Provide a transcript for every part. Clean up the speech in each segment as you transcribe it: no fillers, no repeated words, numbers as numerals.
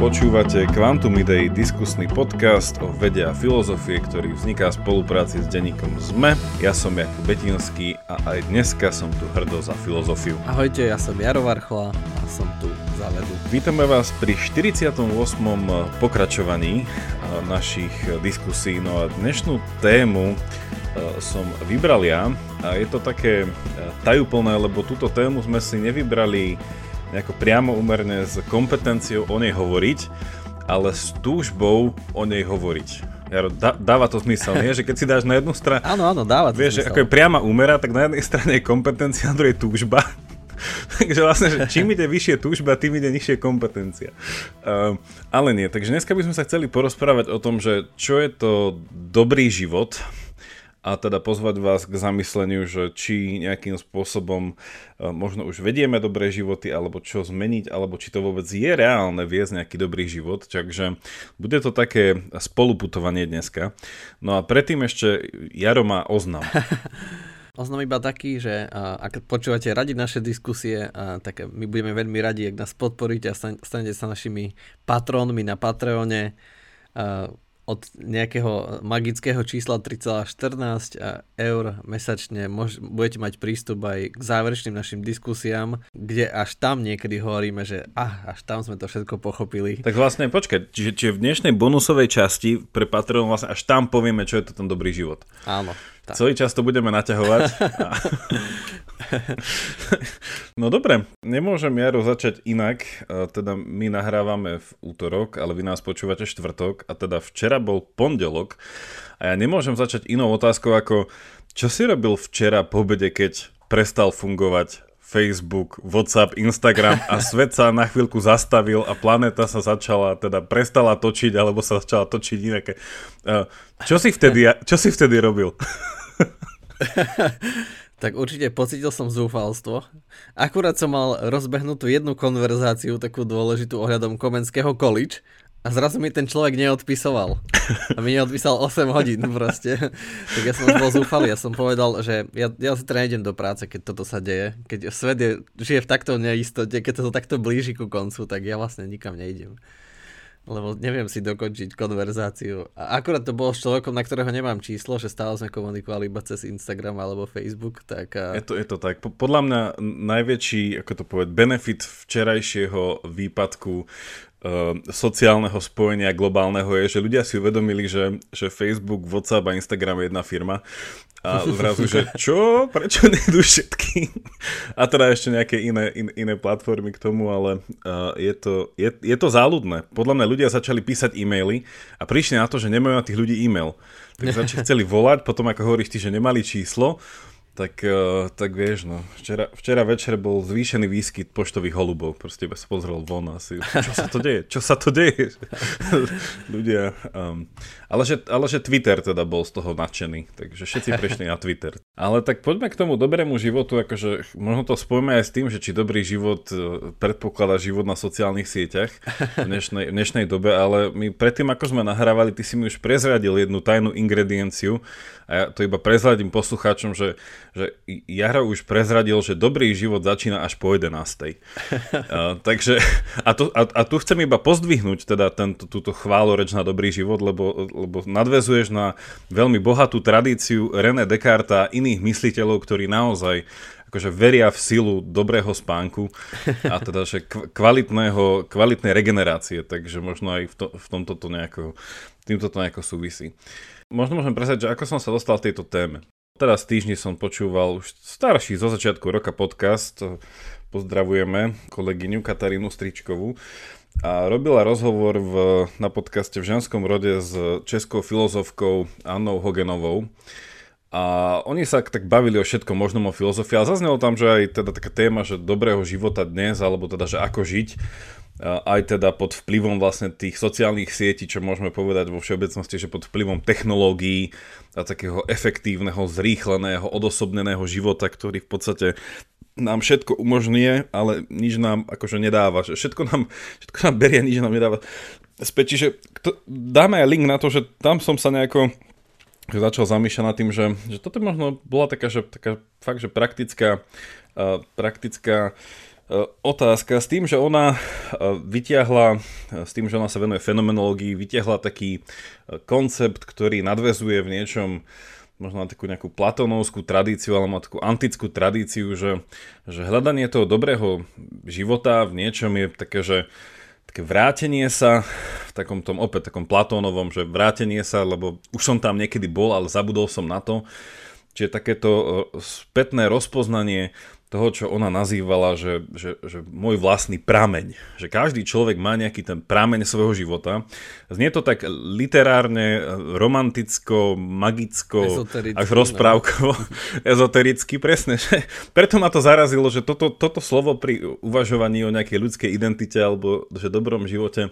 Počúvate Quantum Idei, diskusný podcast o vede a filozofie, ktorý vzniká v spolupráci s denníkom ZME. Ja som Jakub Betinský a aj dneska som tu hrdo za filozofiu. Ahojte, ja som Jaro Varchla a som tu za vedu. Vítame vás pri 48. pokračovaní našich diskusí. No a dnešnú tému som vybral ja a je to také tajúplné, lebo túto tému sme si nevybrali nejako priamo úmerne s kompetenciou o nej hovoriť, ale s túžbou o nej hovoriť. Jaro, dáva to zmysel, nie? Že keď si dáš na jednu stranu... Áno, dáva to vieš, zmysel. ako je priama úmera, tak na jednej strane je kompetencia, na druhej túžba. Takže vlastne, že čím ide vyššie túžba, tým ide nižšie kompetencia. Ale nie, takže dneska by sme sa chceli porozprávať o tom, že čo je to dobrý život, a teda pozvať vás k zamysleniu, že či nejakým spôsobom možno už vedieme dobré životy, alebo čo zmeniť, alebo či to vôbec je reálne viesť nejaký dobrý život. Takže bude to také spoluputovanie dneska. No a predtým ešte Jaro má oznam. Oznam iba taký, že ak počúvate radi naše diskusie, tak my budeme veľmi radi, ak nás podporíte a stanete sa našimi patrónmi na Patreone. Od nejakého magického čísla 3,14 eur mesačne budete mať prístup aj k záverečným našim diskusiám, kde až tam niekedy hovoríme, že až tam sme to všetko pochopili. Tak vlastne počkaj, čiže v dnešnej bonusovej časti pre Patreon vlastne až tam povieme, čo je to ten dobrý život. Áno. Tak. Celý čas to budeme naťahovať. No dobre, nemôžem, Jaro, začať inak. Teda my nahrávame v útorok, ale vy nás počúvate štvrtok a teda včera bol pondelok a ja nemôžem začať inou otázkou ako čo si robil včera po obede, keď prestal fungovať Facebook, WhatsApp, Instagram a svet sa na chvíľku zastavil a planéta sa prestala točiť alebo sa začala točiť inak. Čo si vtedy robil? Tak určite pocítil som zúfalstvo. Akurát som mal rozbehnutú jednu konverzáciu, takú dôležitú ohľadom Komenského college a zrazu mi ten človek neodpisoval. A mi neodpísal 8 hodín proste. Tak ja som bol zúfalý. Ja som povedal, že ja si teda nejdem do práce, keď toto sa deje. Keď svet žije v takto neistote, keď to takto blíži ku koncu, tak ja vlastne nikam nejdem. Lebo neviem si dokončiť konverzáciu. A akurát to bolo s človekom, na ktorého nemám číslo, že stále sme komunikovali iba cez Instagram alebo Facebook. Tak Je to tak. Podľa mňa najväčší, ako to povedať, benefit včerajšieho výpadku sociálneho spojenia globálneho je, že ľudia si uvedomili, že Facebook, WhatsApp a Instagram je jedna firma. A zrazu, že čo? Prečo nejdu všetky? A teda ešte nejaké iné platformy k tomu, ale je to záľudné. Podľa mňa ľudia začali písať e-maily a prišli na to, že nemajú na tých ľudí e-mail. Tak chceli volať, potom ako hovoríš ty, že nemali číslo, tak vieš, no. Včera večer bol zvýšený výskyt poštových holubov. Proste iba sa pozrel von asi. Čo sa to deje? Ľudia. Ale že Twitter teda bol z toho nadšený. Takže všetci prešli na Twitter. Ale tak poďme k tomu dobrému životu. Akože možno to spojíme aj s tým, že či dobrý život predpokladá život na sociálnych sieťach v dnešnej dobe. Ale my predtým, ako sme nahrávali, ty si mi už prezradil jednu tajnú ingredienciu. A ja to iba prezradím poslucháčom, že Jaro už prezradil, že dobrý život začína až po 11. Takže a tu chcem iba pozdvihnúť teda túto chváloreč na dobrý život, lebo nadväzuješ na veľmi bohatú tradíciu René Descartesa a iných mysliteľov, ktorí naozaj akože veria v silu dobrého spánku a teda že kvalitnej regenerácie, takže možno aj v tomto to nejako súvisí. Možno môžem presať, že ako som sa dostal v tejto téme. Teraz týždni som počúval už starší zo začiatku roka podcast, pozdravujeme kolegyňu Katarínu Stričkovú a robila rozhovor na podcaste V ženskom rode s českou filozofkou Annou Hogenovou a oni sa tak bavili o všetkom možnom o filozofii, ale zaznelo tam, že aj teda taká téma, že dobrého života dnes, alebo teda, že ako žiť, aj teda pod vplyvom vlastne tých sociálnych sietí, čo môžeme povedať vo všeobecnosti, že pod vplyvom technológií a takého efektívneho, zrýchleného, odosobneného života, ktorý v podstate nám všetko umožňuje, ale nič nám akože nedáva. Že všetko nám berie, nič nám nedáva späť. Čiže dáme aj link na to, že tam som sa nejako začal zamýšľať nad tým, že toto možno bola taká fakt, že praktická otázka s tým, že ona vytiahla, s tým, že ona sa venuje fenomenológii, vytiahla taký koncept, ktorý nadväzuje v niečom možno na takú nejakú platónovskú tradíciu, alebo na takú antickú tradíciu, že hľadanie toho dobrého života v niečom je také, že také vrátenie sa v takom tom opäť takom platónovom, že vrátenie sa, lebo už som tam niekedy bol, ale zabudol som na to. Čiže takéto spätné rozpoznanie toho, čo ona nazývala, že môj vlastný prameň. Že každý človek má nejaký ten prameň svojho života. Znie to tak literárne, romanticko, magicko, až rozprávkovo, ezotericky, presne. Preto ma to zarazilo, že toto slovo pri uvažovaní o nejakej ľudskej identite alebo že dobrom živote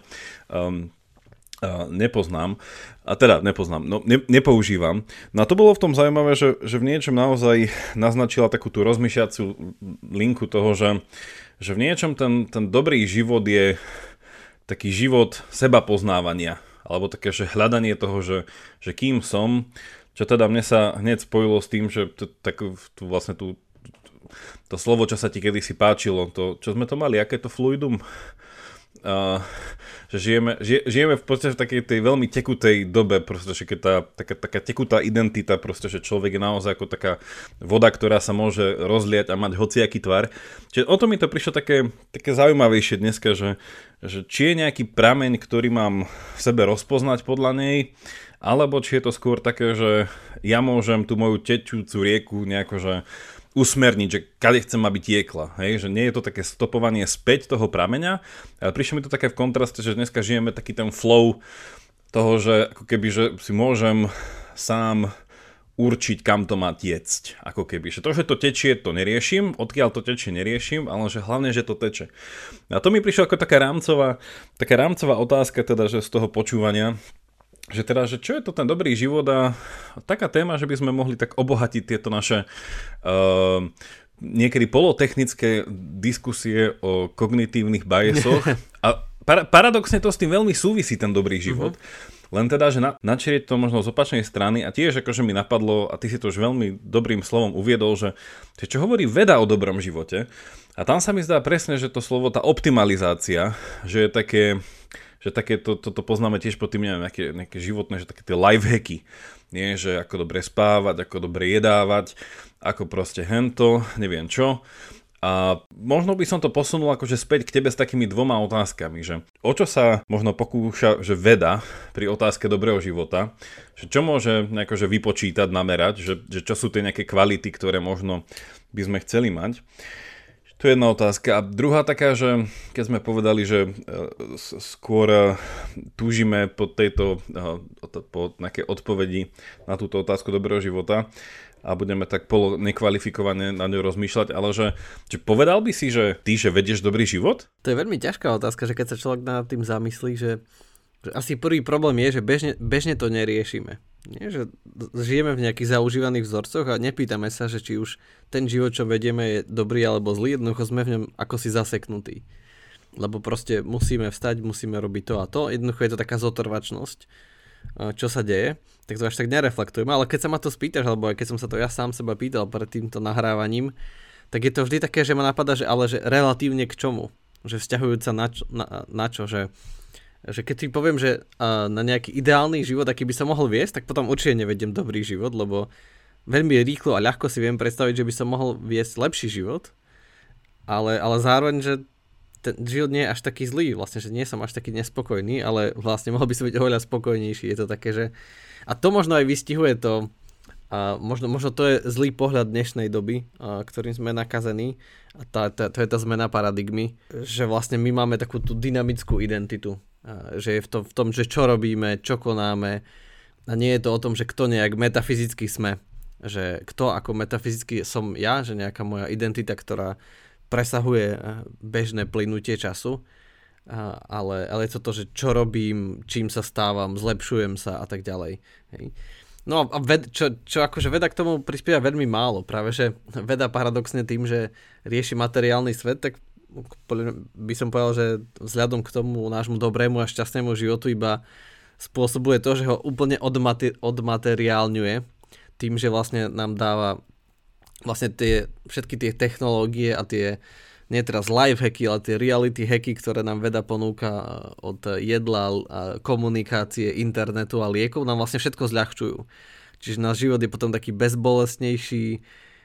nepoužívam. No a to bolo v tom zaujímavé, že v niečom naozaj naznačila takú tú rozmýšľaciu linku toho, že v niečom ten dobrý život je taký život seba poznávania, alebo také, že hľadanie toho, že kým som, čo teda mne sa hneď spojilo s tým, že to slovo, čo sa ti kedysi páčilo, to, čo sme to mali, aké to fluidum? Že žijeme v podstate v takej tej veľmi tekutej dobe, proste, že keď taká tekutá identita, proste, že človek je naozaj ako taká voda, ktorá sa môže rozliať a mať hociaký tvar. Čiže o to mi to prišlo také zaujímavejšie dneska, že či je nejaký prameň, ktorý mám v sebe rozpoznať podľa nej, alebo či je to skôr také, že ja môžem tú moju tečúcu rieku nejako, že usmerniť, že kade chcem, aby tiekla. Hej? Že nie je to také stopovanie späť toho prameňa, ale prišlo mi to také v kontraste, že dneska žijeme taký ten flow toho, že ako keby, že si môžem sám určiť, kam to má tiecť. Ako keby. Že to, že to tečie, to neriešim, odkiaľ to tečie, neriešim, ale že hlavne, že to teče. A to mi prišlo ako taká rámcová otázka, teda, že z toho počúvania, že čo je to ten dobrý život a taká téma, že by sme mohli tak obohatiť tieto naše niekedy polotechnické diskusie o kognitívnych biasoch a paradoxne to s tým veľmi súvisí ten dobrý život. Len teda, že načrieť to možno z opačnej strany a tiež akože mi napadlo, a ty si to už veľmi dobrým slovom uviedol, že čo hovorí veda o dobrom živote a tam sa mi zdá presne, že to slovo, tá optimalizácia, že je také, že toto poznáme tiež pod tým, neviem, nejaké životné, že také tie lifehacky, nie, že ako dobre spávať, ako dobre jedávať, ako proste hento, neviem čo. A možno by som to posunul akože späť k tebe s takými dvoma otázkami, že o čo sa možno pokúša, že veda pri otázke dobrého života, že čo môže akože vypočítať, namerať, že čo sú tie nejaké kvality, ktoré možno by sme chceli mať. To je jedna otázka. A druhá taká, že keď sme povedali, že skôr túžime po nejakej odpovedi na túto otázku dobrého života a budeme tak nekvalifikovane na ňu rozmýšľať, ale že povedal by si, že ty, že vedieš dobrý život? To je veľmi ťažká otázka, že keď sa človek nad tým zamyslí, že asi prvý problém je, že bežne to neriešime. Nie, že žijeme v nejakých zaužívaných vzorcoch a nepýtame sa, že či už ten život, čo vedieme, je dobrý alebo zlý, jednoducho sme v ňom ako si zaseknutí. Lebo proste musíme vstať, musíme robiť to a to, jednoducho je to taká zotrvačnosť, čo sa deje, tak to až tak nereflektujeme, ale keď sa ma to spýtaš, alebo aj keď som sa to ja sám seba pýtal pred týmto nahrávaním, tak je to vždy také, že ma napadá, že relatívne k čomu, že vzťahujúca na čo, že keď si poviem, že na nejaký ideálny život, aký by som mohol viesť, tak potom určite nevediem dobrý život, lebo veľmi rýchlo a ľahko si viem predstaviť, že by som mohol viesť lepší život, ale zároveň, že ten život nie je až taký zlý, vlastne, že nie som až taký nespokojný, ale vlastne mohol by som byť oveľa spokojnejší. Je to také, že... A to možno aj vystihuje to, možno to je zlý pohľad dnešnej doby, ktorým sme nakazení, a to je tá zmena paradigmy, že vlastne my máme takú tú dynamickú identitu, že je v tom, že čo robíme, čo konáme a nie je to o tom, že kto nejak metafyzicky sme, že kto ako metafyzicky som ja, že nejaká moja identita, ktorá presahuje bežné plynutie času, ale je to, že čo robím, čím sa stávam, zlepšujem sa a tak ďalej. Hej. No a čo akože veda k tomu prispieva veľmi málo, práve že veda paradoxne tým, že rieši materiálny svet, tak by som povedal, že vzhľadom k tomu nášmu dobrému a šťastnému životu iba spôsobuje to, že ho úplne odmateriálňuje tým, že vlastne nám dáva vlastne všetky tie technológie a tie nie teraz live hacky, ale tie reality hacky, ktoré nám veda ponúka od jedla, komunikácie, internetu a liekov, nám vlastne všetko zľahčujú. Čiže náš život je potom taký bezbolestnejší,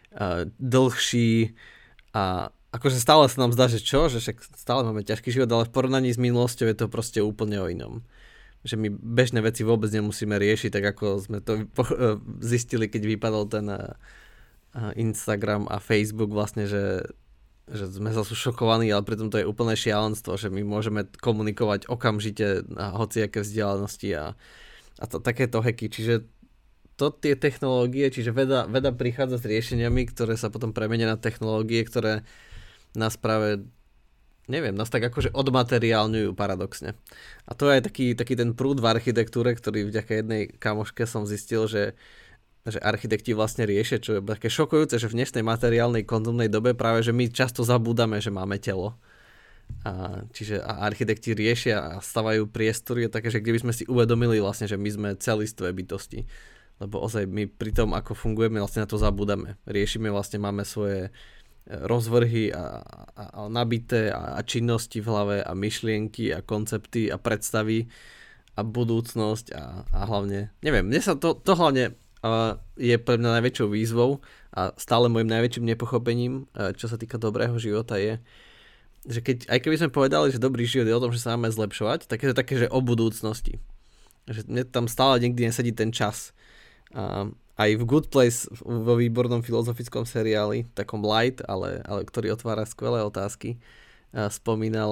dlhší a akože stále sa nám zdá, že čo, že však stále máme ťažký život, ale v porovnaní s minulosťou je to proste úplne o inom. Že my bežné veci vôbec nemusíme riešiť, tak ako sme to zistili, keď vypadol ten Instagram a Facebook vlastne, že sme zase šokovaní, ale pritom to je úplné šialenstvo, že my môžeme komunikovať okamžite na hociaké vzdialenosti a takéto hacky. Čiže tie technológie, čiže veda prichádza s riešeniami, ktoré sa potom premenia na technológie, ktoré nás práve nás tak akože odmateriálňujú paradoxne. A to je aj taký ten prúd v architektúre, ktorý vďaka jednej kamoške som zistil, že architekti vlastne riešia, čo je také šokujúce, že v dnešnej materiálnej konzumnej dobe práve, že my často zabúdame, že máme telo. Čiže architekti riešia a stavajú priestory také, že kdyby sme si uvedomili vlastne, že my sme celistvé bytosti. Lebo ozaj my pri tom, ako fungujeme, vlastne na to zabúdame. Riešime vlastne, máme svoje rozvrhy a nabité a činnosti v hlave a myšlienky a koncepty a predstavy a budúcnosť a hlavne, neviem, mne sa to hlavne je pre mňa najväčšou výzvou a stále môjim najväčším nepochopením, čo sa týka dobrého života je, že aj keby sme povedali, že dobrý život je o tom, že sa máme zlepšovať, tak je to také, že o budúcnosti. Že mne tam stále nikdy nesedí ten čas. Aj v Good Place vo výbornom filozofickom seriáli, takom light, ale ktorý otvára skvelé otázky, spomínal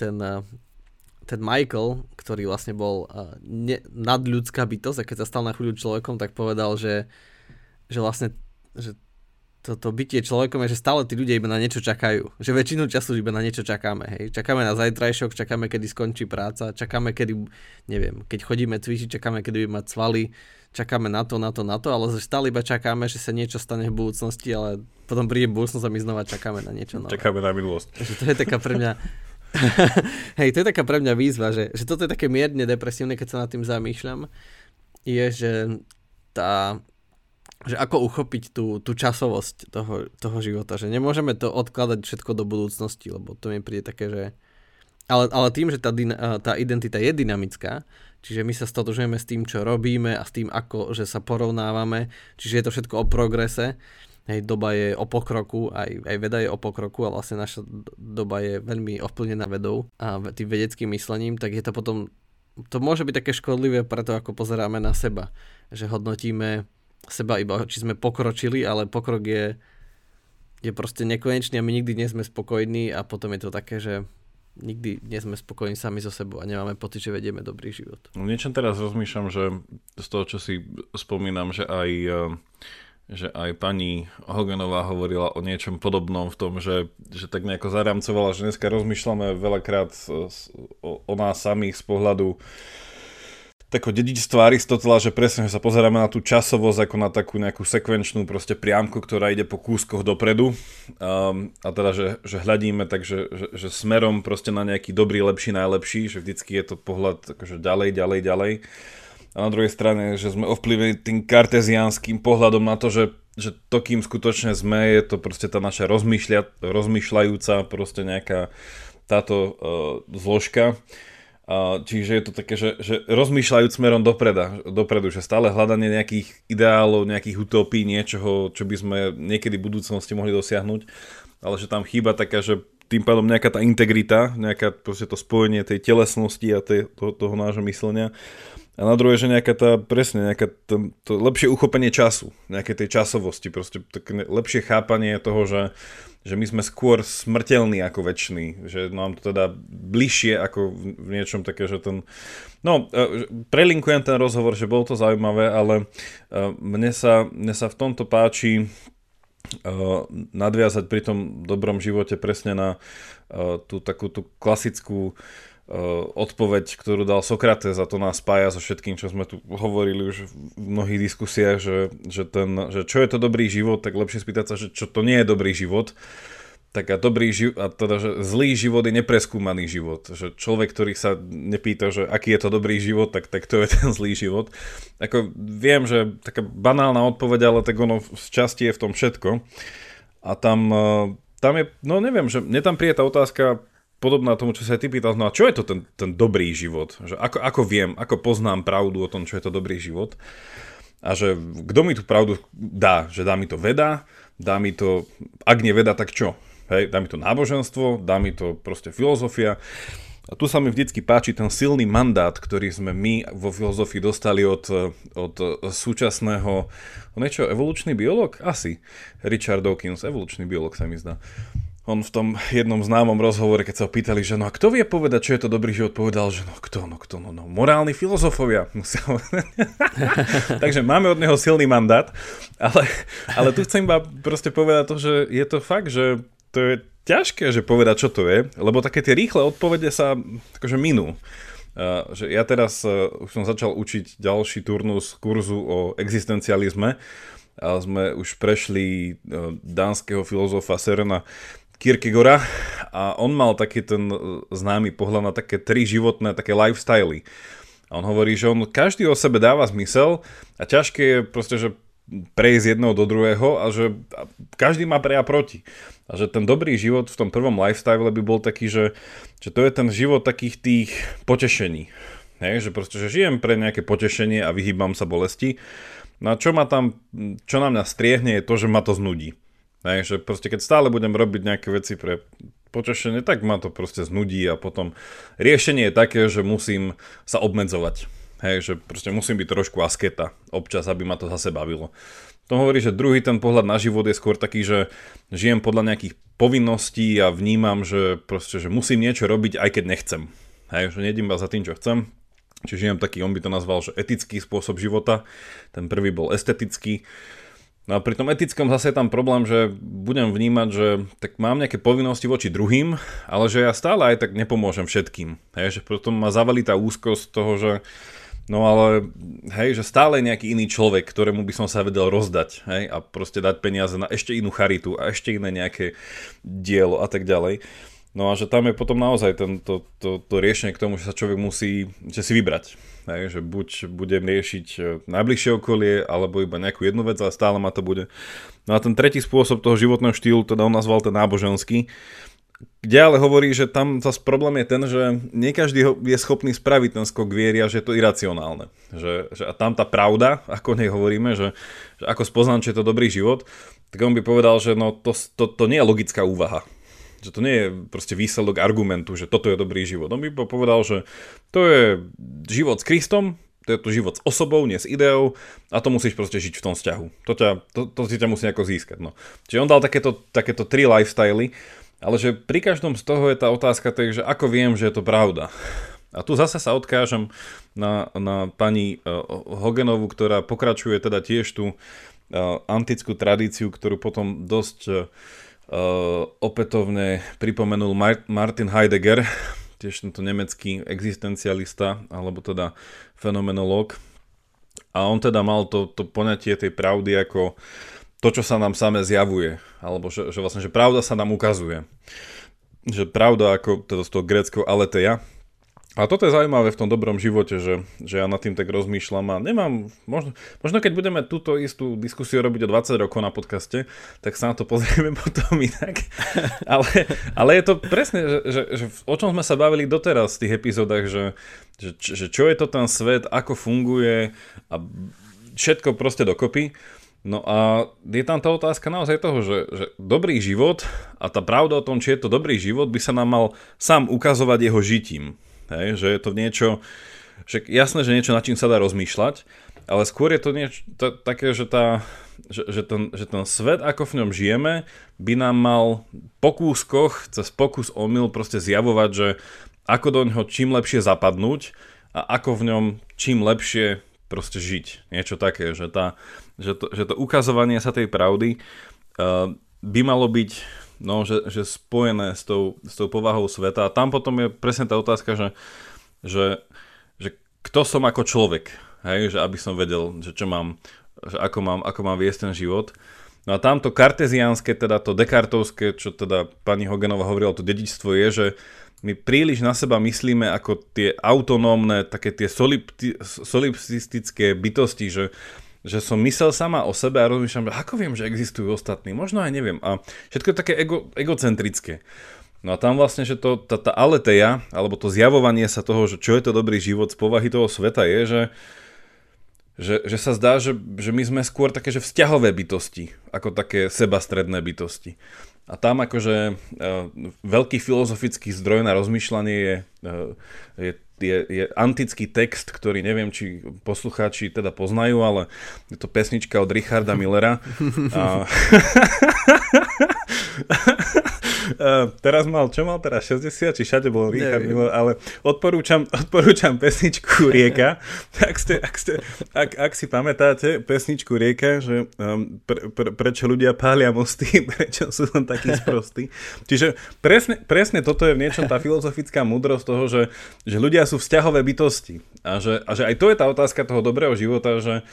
ten Michael, ktorý vlastne bol nadľudská bytosť a keď sa stal na chvíľu človekom, tak povedal, že vlastne že to bytie človekom je, že stále tí ľudia iba na niečo čakajú. Že väčšinu času iba na niečo čakáme. Hej. Čakáme na zajtrajšok, čakáme, kedy skončí práca, čakáme, kedy, neviem, keď chodíme cvičiť, čakáme, kedy budeme mať svaly, čakáme na to, ale stále iba čakáme, že sa niečo stane v budúcnosti, ale potom príde budúcnosť a my znova čakáme na niečo nové. Čakáme na minulosť. Že to je taká pre mňa hej, to je taká pre mňa výzva, že toto je také mierne depresívne, keď sa nad tým zamýšľam, je, že ako uchopiť tú časovosť toho života, že nemôžeme to odkladať všetko do budúcnosti, lebo to mi príde také, že ale tým, že tá identita je dynamická, čiže my sa stotožňujeme s tým, čo robíme a s tým, ako že sa porovnávame, čiže je to všetko o progrese. Hej, doba je o pokroku, aj veda je o pokroku a vlastne naša doba je veľmi ovplyvnená vedou a tým vedeckým myslením, tak je to potom, to môže byť také škodlivé pre to, ako pozeráme na seba. Že hodnotíme seba iba, či sme pokročili, ale pokrok je proste nekonečný a my nikdy nie sme spokojní a potom je to také, že nikdy nie sme spokojní sami so sebou a nemáme pocit, že vedieme dobrý život. No niečo teraz rozmýšľam, že z toho, čo si spomínam, že aj pani Hoganová hovorila o niečom podobnom v tom, že tak nejako zaramcovala, že dneska rozmýšľame veľakrát o nás samých z pohľadu takého dedičstva Aristotela, že presne, že sa pozeráme na tú časovosť ako na takú nejakú sekvenčnú proste priamku, ktorá ide po kúskoch dopredu a teda, že hľadíme tak, že smerom proste na nejaký dobrý, lepší, najlepší, že vždycky je to pohľad akože ďalej. A na druhej strane, že sme ovplyvnení tým karteziánskym pohľadom na to, že to, kým skutočne sme, je to proste tá naša rozmýšľajúca proste nejaká táto zložka. Čiže je to také, že rozmýšľajúc smerom dopredu, že stále hľadanie nejakých ideálov, nejakých utopí, niečoho, čo by sme niekedy v budúcnosti mohli dosiahnuť, ale že tam chýba taká, že tým pádom nejaká tá integrita, nejaká proste to spojenie tej telesnosti a toho nášho myslenia. A na druhé, že nejaká to lepšie uchopenie času, nejaké tej časovosti, proste také lepšie chápanie toho, že my sme skôr smrteľní ako veční, že nám to teda bližšie ako v niečom také, že prelinkujem ten rozhovor, že bolo to zaujímavé, ale mne sa v tomto páči nadviazať pri tom dobrom živote presne na tú takú tú klasickú odpoveď, ktorú dal Sokrates, a to nás spája so všetkým, čo sme tu hovorili už v mnohých diskusiách, že čo je to dobrý život, tak lepšie spýtať sa, že čo to nie je dobrý život. Tak a že zlý život je nepreskúmaný život. Že človek, ktorý sa nepýta, že aký je to dobrý život, tak to je ten zlý život. Ako viem, že taká banálna odpoveď, ale tak ono z časti je v tom všetko. A tam tam je, no neviem, že mne tam príde tá otázka podobná tomu, čo sa ty pýtal, no a čo je to ten dobrý život? Že ako viem, ako poznám pravdu o tom, čo je to dobrý život? A že kto mi tú pravdu dá? Že dá mi to veda, dá mi to, ak nie veda, tak čo? Hej, dá mi to náboženstvo, dá mi to proste filozofia. A tu sa mi vždycky páči ten silný mandát, ktorý sme my vo filozofii dostali od súčasného, on je čo, evolučný biológ? Asi. Richard Dawkins, evolučný biológ sa mi zdá. On v tom jednom známom rozhovore, keď sa ho pýtali, že no a kto vie povedať, čo je to dobrý život, povedal, že no kto, morálni filozofovia. Takže máme od neho silný mandát, ale tu chcem iba proste povedať to, že je to fakt, že to je ťažké, že povedať, čo to je, lebo také tie rýchle odpovede sa akože minú. Že ja teraz už som začal učiť ďalší turnus kurzu o existencializme a sme už prešli dánskeho filozofa Sørena Kierkegaarda a on mal taký ten známy pohľad na také 3 životné, také lifestyly. A on hovorí, že on každý o sebe dáva zmysel a ťažké je proste, že prejsť z jedného do druhého a že každý má pre a proti. A že ten dobrý život v tom prvom lifestyle by bol taký, že to je ten život takých tých potešení. Hej, že proste, že žijem pre nejaké potešenie a vyhýbam sa bolesti. No a čo na mňa striehne je to, že ma to znudí. Hej, že proste keď stále budem robiť nejaké veci pre potešenie, tak ma to proste znudí a potom riešenie je také, že musím sa obmedzovať. Hej, že proste musím byť trošku asketa občas, aby ma to zase bavilo. To hovorí, že druhý ten pohľad na život je skôr taký, že žijem podľa nejakých povinností a vnímam, že proste, že musím niečo robiť, aj keď nechcem. Hej, že nejdem iba za tým, čo chcem. Čiže žijem taký, on by to nazval, že etický spôsob života. Ten prvý bol estetický. No a pri tom etickom zase je tam problém, že budem vnímať, že tak mám nejaké povinnosti voči druhým, ale že ja stále aj tak nepomôžem všetkým. Hej, že potom ma zavalí tá úzkosť toho, že no ale hej, že stále je nejaký iný človek, ktorému by som sa vedel rozdať, hej, a proste dať peniaze na ešte inú charitu a ešte iné nejaké dielo a tak ďalej. No a že tam je potom naozaj to riešenie k tomu, že sa človek musí si vybrať. Hej, že buď budem riešiť najbližšie okolie, alebo iba nejakú jednu vec, ale stále ma to bude. No a ten tretí spôsob toho životného štýlu, teda on nazval ten náboženský, kde ale hovorí, že tam zase problém je ten, že nie každý je schopný spraviť ten skok viery a že je to iracionálne. Že a tam tá pravda, ako o nej hovoríme, že ako spoznám, či je to dobrý život, tak on by povedal, že no to nie je logická úvaha. Že to nie je proste výsledok argumentu, že toto je dobrý život. On by povedal, že to je život s Kristom, to je to život s osobou, nie s ideou a to musíš proste žiť v tom vzťahu. To si ťa musí nejako získať. No. Čiže on dal takéto 3 lifestyly, ale že pri každom z toho je tá otázka, že ako viem, že je to pravda. A tu zase sa odkážem na pani Hogenovú, ktorá pokračuje teda tiež tú antickú tradíciu, ktorú potom dosť opätovne pripomenul Martin Heidegger, tiež tento nemecký existencialista, alebo teda fenomenológ. A on teda mal to poňatie tej pravdy ako to, čo sa nám samé zjavuje, alebo že vlastne, že pravda sa nám ukazuje. Že pravda ako teda z toho gréckeho aletheia. A toto je zaujímavé v tom dobrom živote, že ja nad tým tak rozmýšľam a nemám, možno keď budeme túto istú diskusiu robiť o 20 rokov na podcaste, tak sa na to pozrieme potom inak. Ale je to presne, že o čom sme sa bavili doteraz v tých epizódach, že čo je to ten svet, ako funguje a všetko proste dokopy. No a je tam tá otázka naozaj toho, že dobrý život a tá pravda o tom, či je to dobrý život, by sa nám mal sám ukazovať jeho žitím. Hej, že je to niečo, že jasné, že niečo, nad čím sa dá rozmýšľať, ale skôr je to niečo také, že ten svet, ako v ňom žijeme, by nám mal po kúskoch, cez pokus omyl proste zjavovať, že ako do ňoho čím lepšie zapadnúť a ako v ňom čím lepšie proste žiť. Niečo také, že to ukazovanie sa tej pravdy by malo byť že spojené s tou povahou sveta. A tam potom je presne tá otázka, že kto som ako človek, hej? Že aby som vedel, že čo mám, že ako mám viesť ten život. No a tamto karteziánske, teda to descartovské, čo teda pani Hogenová hovorila, to dedičstvo je, že my príliš na seba myslíme ako tie autonómne, také tie solipsistické bytosti, že že som myslel sama o sebe a rozmýšľam, že ako viem, že existujú ostatní, možno aj neviem. A všetko je také egocentrické. No a tam vlastne, že tá aletheia, alebo to zjavovanie sa toho, že čo je to dobrý život z povahy toho sveta je, že sa zdá, že my sme skôr také, že vzťahové bytosti, ako také sebastredné bytosti. A tam akože veľký filozofický zdroj na rozmýšľanie je antický text, ktorý neviem, či poslucháči teda poznajú, ale je to pesnička od Richarda Millera. Čo mal teraz 60, či všade bol Richard Miller, ale odporúčam pesničku Rieka. Ak si pamätáte pesničku Rieka, že prečo ľudia pália mosty, prečo sú tam takí sprostí. Čiže presne toto je v niečom tá filozofická múdrosť toho, že ľudia sú vzťahové bytosti. A že aj to je tá otázka toho dobrého života, že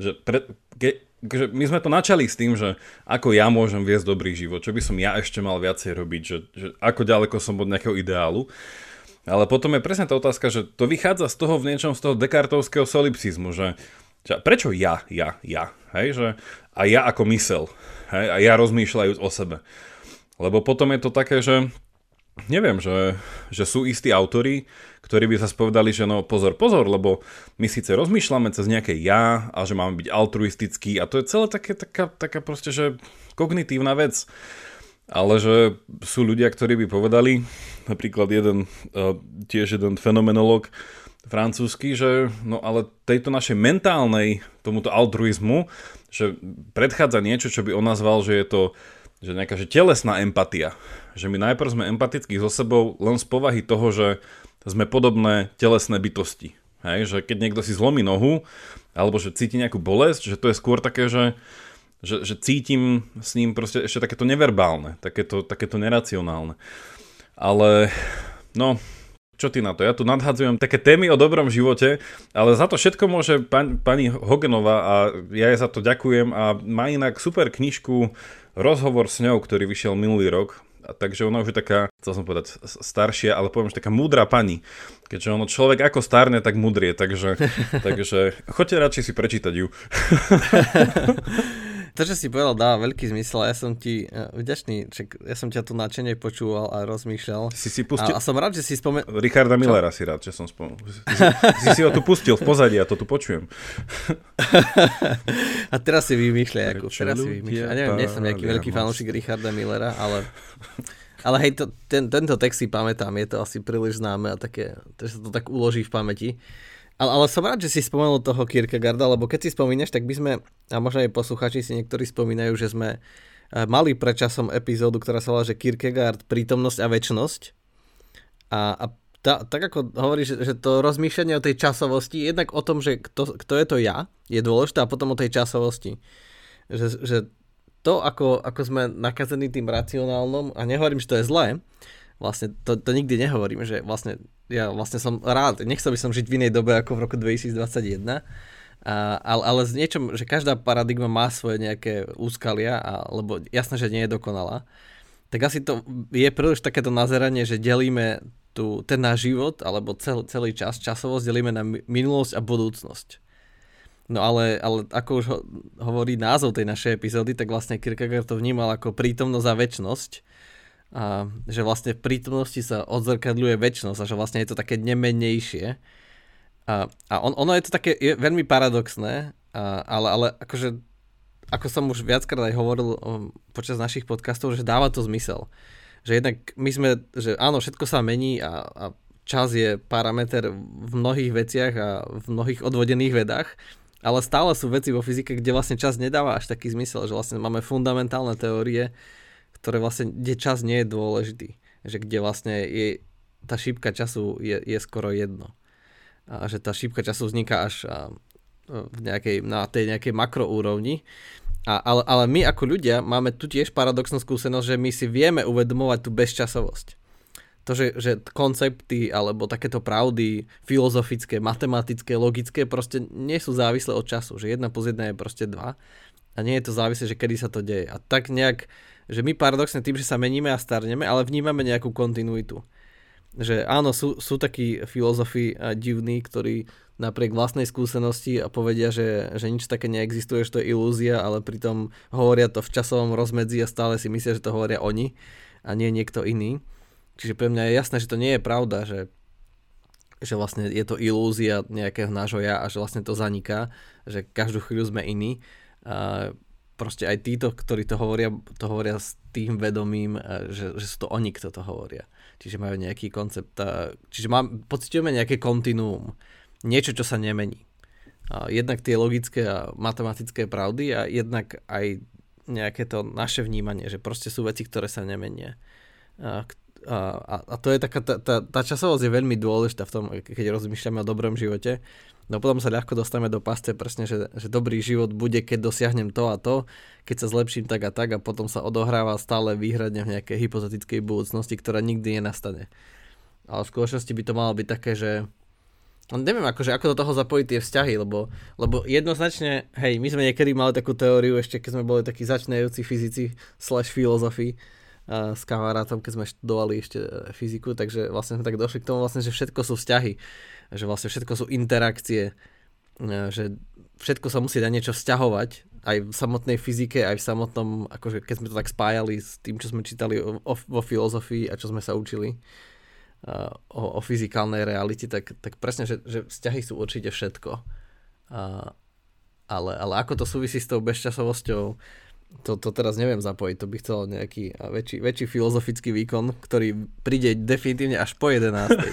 my sme to načali s tým, že ako ja môžem viesť dobrý život, čo by som ja ešte mal viacej robiť, že ako ďaleko som od nejakého ideálu. Ale potom je presne tá otázka, že to vychádza z toho v niečom z toho descartovského solipsizmu, že prečo ja, hej, že a ja ako mysel, hej, a ja rozmýšľajúc o sebe. Lebo potom je to také, že neviem, že sú istí autori, ktorí by sa spovedali, že no pozor, lebo my síce rozmýšľame cez nejaké ja a že máme byť altruistickí a to je celé taká proste, že kognitívna vec. Ale že sú ľudia, ktorí by povedali, napríklad tiež jeden fenomenológ francúzsky, že no ale tejto našej mentálnej, tomuto altruizmu, že predchádza niečo, čo by on nazval, že je to že nejaká telesná empatia. Že my najprv sme empatickí so sebou len z povahy toho, že sme podobné telesné bytosti. Hej? Že keď niekto si zlomí nohu, alebo že cíti nejakú bolesť, že to je skôr také, že cítim s ním proste ešte takéto neverbálne, takéto neracionálne. Ale no, čo ty na to? Ja tu nadhadzujem také témy o dobrom živote, ale za to všetko môže pani Hogenová a ja jej za to ďakujem a má inak super knižku Rozhovor s ňou, ktorý vyšiel minulý rok. A takže ona už je taká, chcel som povedať staršia, ale poviem, že taká múdra pani. Keďže ono človek ako starne, tak múdrie. Takže choďte radšej si prečítať ju. To, čo si povedal, dá veľký zmysel a ja som ti vďačný, ja som ťa tu nadšene počúval a rozmýšľal. A som rád, že si spomenul... Richarda Millera si rád, že som spomenul. Si ho tu pustil v pozadí a to tu počujem. A teraz si vymýšľaj, Jakub, teraz si vymýšľaj. A neviem, nie som nejaký veľký fanúšik Richarda Millera, ale hej, tento text si pamätám, je to asi príliš známe a také, že sa to tak uloží v pamäti. Ale som rád, že si spomenul toho Kierkegaarda, lebo keď si spomínaš, tak by sme, a možno aj posluchači si niektorí spomínajú, že sme mali pred časom epizódu, ktorá sa volá, že Kierkegaard, prítomnosť a večnosť. A tak ako hovoríš, že to rozmýšľanie o tej časovosti, jednak o tom, že kto je to ja, je dôležité a potom o tej časovosti. Že to, ako sme nakazení tým racionálnom, a nehovorím, že to je zlé, vlastne to nikdy nehovorím, že ja som rád, nechcel by som žiť v inej dobe ako v roku 2021, ale s niečom, že každá paradigma má svoje nejaké úskalia, lebo jasné, že nie je dokonalá, tak asi to je príliš takéto nazeranie, že delíme ten náš život, alebo celý časovosť delíme na minulosť a budúcnosť. No ale ako už hovorí názov tej našej epizódy, tak vlastne Kierkegaard to vnímal ako prítomnosť a večnosť. A že vlastne v prítomnosti sa odzrkadľuje večnosť a že vlastne je to také nemennejšie. A ono je to také veľmi paradoxné, ale akože, ako som už viackrát aj hovoril počas našich podcastov, že dáva to zmysel. Že jednak my sme, že áno, všetko sa mení a čas je parameter v mnohých veciach a v mnohých odvodených vedách, ale stále sú veci vo fyzike, kde vlastne čas nedáva až taký zmysel, že vlastne máme fundamentálne teórie, ktoré vlastne, kde čas nie je dôležitý. Že kde vlastne tá šípka času je skoro jedno. A že tá šípka času vzniká až na tej nejakej makroúrovni. Ale my ako ľudia máme tu tiež paradoxnú skúsenosť, že my si vieme uvedomovať tú bezčasovosť. To, že koncepty alebo takéto pravdy filozofické, matematické, logické proste nie sú závislé od času. Že 1 + 1 je proste 2. A nie je to závislé, že kedy sa to deje. A tak nejak, že my paradoxne tým, že sa meníme a starneme, ale vnímame nejakú kontinuitu. Že áno, sú takí filozofi divní, ktorí napriek vlastnej skúsenosti a povedia, že nič také neexistuje, že to je ilúzia, ale pritom hovoria to v časovom rozmedzi a stále si myslia, že to hovoria oni a nie niekto iný. Čiže pre mňa je jasné, že to nie je pravda, že vlastne je to ilúzia nejakého nášho ja a že vlastne to zaniká, že každú chvíľu sme iní. A proste aj títo, ktorí to hovoria s tým vedomím, že sú to oni, kto to hovoria. Čiže majú nejaký koncept, čiže pociťujeme nejaké kontinuum. Niečo, čo sa nemení. Jednak tie logické a matematické pravdy a jednak aj nejaké to naše vnímanie, že proste sú veci, ktoré sa nemenia. A to je taká, tá časovosť je veľmi dôležitá v tom, keď rozmýšľame o dobrom živote. No potom sa ľahko dostaneme do pasce presne, že dobrý život bude, keď dosiahnem to a to, keď sa zlepším tak a potom sa odohráva stále výhradne v nejakej hypotetickej budúcnosti, ktorá nikdy nenastane. Ale v skutočnosti by to malo byť také, že neviem, akože, ako do toho zapojiť tie vzťahy, lebo jednoznačne, hej, my sme niekedy mali takú teóriu, ešte keď sme boli takí začínajúci fyzici / filozofi s kamarátom, keď sme študovali ešte fyziku, takže vlastne sme tak došli k tomu vlastne, že všetko sú vzťahy, že vlastne všetko sú interakcie, že všetko sa musí dať niečo vzťahovať, aj v samotnej fyzike, aj v samotnom, akože keď sme to tak spájali s tým, čo sme čítali vo filozofii a čo sme sa učili o fyzikálnej realite, tak presne, že vzťahy sú určite všetko. Ale ako to súvisí s tou bezčasovosťou, to teraz neviem zapojiť, to by chcel nejaký väčší filozofický výkon, ktorý príde definitívne až po 11.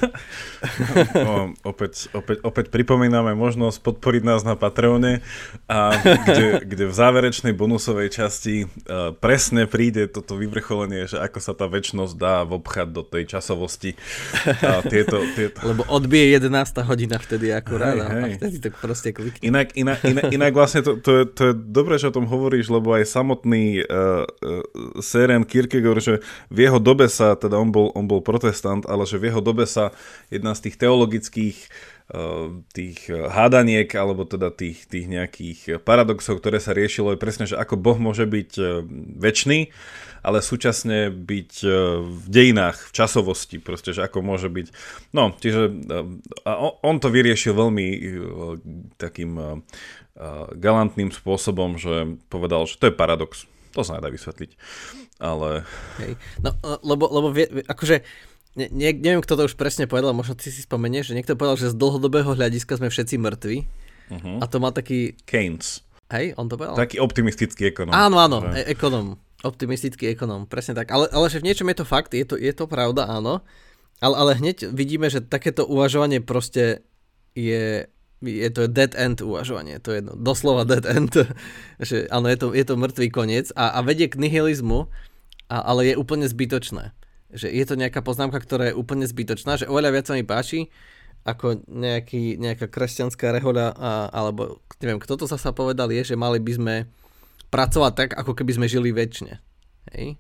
Opäť pripomíname možnosť podporiť nás na Patreone, kde v záverečnej bonusovej časti presne príde toto vyvrcholenie, že ako sa tá večnosť dá vobchať do tej časovosti. Lebo odbije 11. hodina vtedy akurát a vtedy to proste klikne. Inak vlastne to je dobré, že o tom hovoríš, lebo aj samotný Søren Kierkegaard, že v jeho dobe sa, teda on bol protestant, ale že v jeho dobe sa jedna z tých teologických tých hádaniek, alebo teda tých nejakých paradoxov, ktoré sa riešilo, je presne, že ako Boh môže byť večný, ale súčasne byť v dejinách, v časovosti, proste, že ako môže byť. No, čiže on to vyriešil veľmi takým galantným spôsobom, že povedal, že to je paradox. To sa nedá vysvetliť. Ale... Hej. No, lebo akože neviem, kto to už presne povedal, možno ty si spomenieš, že niekto povedal, že z dlhodobého hľadiska sme všetci mŕtvi. Uh-huh. A to má taký... Keynes. Hej, on to povedal? Taký optimistický ekonóm. Áno, ekonóm. Optimistický ekonóm, presne tak. Ale že v niečom je to fakt, je to pravda, áno. Ale hneď vidíme, že takéto uvažovanie proste je dead end uvažovanie, to je doslova dead end, že áno, je to mŕtvý koniec a vedie k nihilizmu, ale je úplne zbytočné. Že je to nejaká poznámka, ktorá je úplne zbytočná, že oveľa viac sa mi páči ako nejaká kresťanská rehoľa, alebo neviem, kto to sa povedal, je, že mali by sme pracovať tak, ako keby sme žili večne. Hej?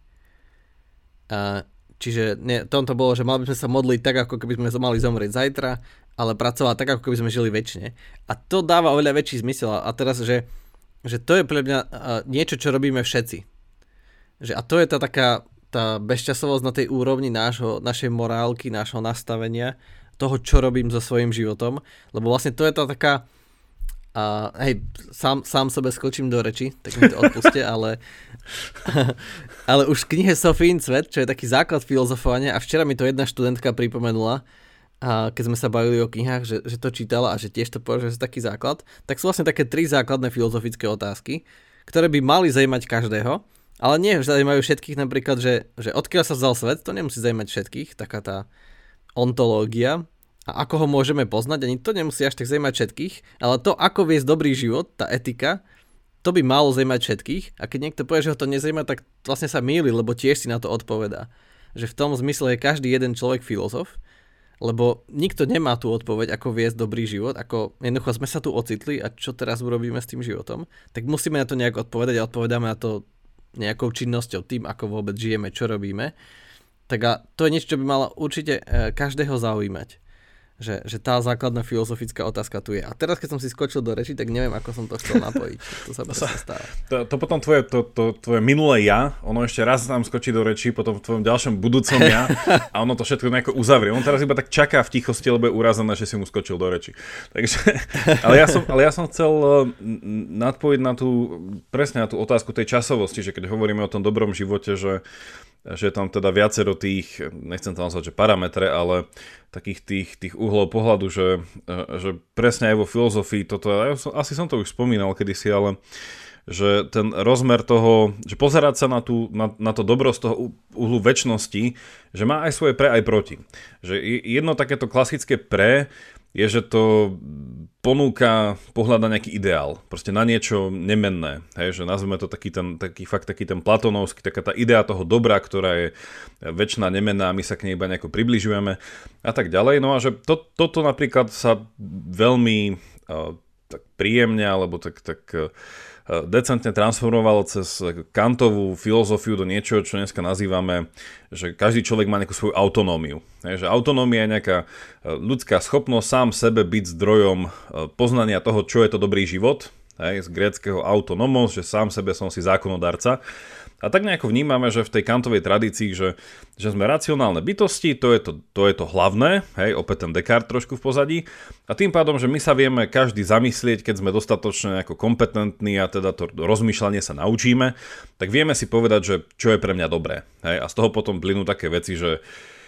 Čiže tomto bolo, že mali by sme sa modliť tak, ako keby sme mali zomrieť zajtra, ale pracovať tak, ako keby sme žili večne. A to dáva oveľa väčší zmysel. A teraz, že to je pre mňa niečo, čo robíme všetci. A to je tá bezčasovosť na tej úrovni našej morálky, nášho nastavenia, toho, čo robím so svojím životom. Lebo vlastne to je tá taká... hej, sám sebe skočím do reči, tak mi to odpuste, ale už v knihe Sofín svet, čo je taký základ filozofovania, a včera mi to jedna študentka pripomenula, keď sme sa bavili o knihách, že to čítala a že tiež to považuje za taký základ, tak sú vlastne také 3 základné filozofické otázky, ktoré by mali zajímať každého, ale nie zaujímajú všetkých, napríklad, že odkiaľ sa vzal svet, to nemusí zajímať všetkých, taká tá ontológia, a ako ho môžeme poznať, ani to nemusí až tak zajímať všetkých, ale to, ako viesť dobrý život, tá etika, to by malo zajímať všetkých, a keď niekto povie, že ho to nezajíma, tak vlastne sa mýli, lebo tiež si na to odpovedá. Že v tom zmysle je každý jeden človek filozof, lebo nikto nemá tú odpoveď, ako viesť dobrý život, ako jednoducho sme sa tu ocitli a čo teraz urobíme s tým životom, tak musíme na to nejak odpovedať a odpovedáme na to nejakou činnosťou, tým, ako vôbec žijeme, čo robíme. Tak a to je niečo, čo by malo určite každého zaujímať. že tá základná filozofická otázka tu je. A teraz, keď som si skočil do reči, tak neviem, ako som to chcel napojiť. To sa presne stáva. To potom tvoje minulé ja, ono ešte raz nám skočí do reči, potom v tvojom ďalšom budúcom ja a ono to všetko nejako uzavrie. On teraz iba tak čaká v tichosti, lebo je urazené, že si mu skočil do reči. Takže, ale ja som chcel nadpojiť presne na tú otázku tej časovosti, že keď hovoríme o tom dobrom živote, že je tam teda viacero tých, nechcem to nazvať, že parametre, ale takých tých uhlov pohľadu, že presne aj vo filozofii toto, asi som to už spomínal kedysi, ale že ten rozmer toho, že pozerať sa na to dobro z toho uhlu večnosti, že má aj svoje pre, aj proti. Že jedno takéto klasické pre je, že to ponúka pohľad na nejaký ideál, proste na niečo nemenné, hej, že nazveme to taký ten platonovský, taká tá idea toho dobra, ktorá je večná, nemenná, my sa k nej iba nejako približujeme a tak ďalej. No a že toto napríklad sa veľmi tak príjemne, alebo tak decentne transformovalo cez Kantovú filozofiu do niečoho, čo dneska nazývame, že každý človek má nejakú svoju autonómiu. Že autonómia je nejaká ľudská schopnosť sám sebe byť zdrojom poznania toho, čo je to dobrý život. Z gréckeho autonomos, že sám sebe som si zákonodarca. A tak nejako vnímame, že v tej Kantovej tradícii, že sme racionálne bytosti, to je to hlavné, hej, opäť ten Descartes trošku v pozadí. A tým pádom, že my sa vieme každý zamyslieť, keď sme dostatočne ako kompetentní a teda to rozmýšľanie sa naučíme, tak vieme si povedať, že čo je pre mňa dobré. Hej. A z toho potom plynú také veci, že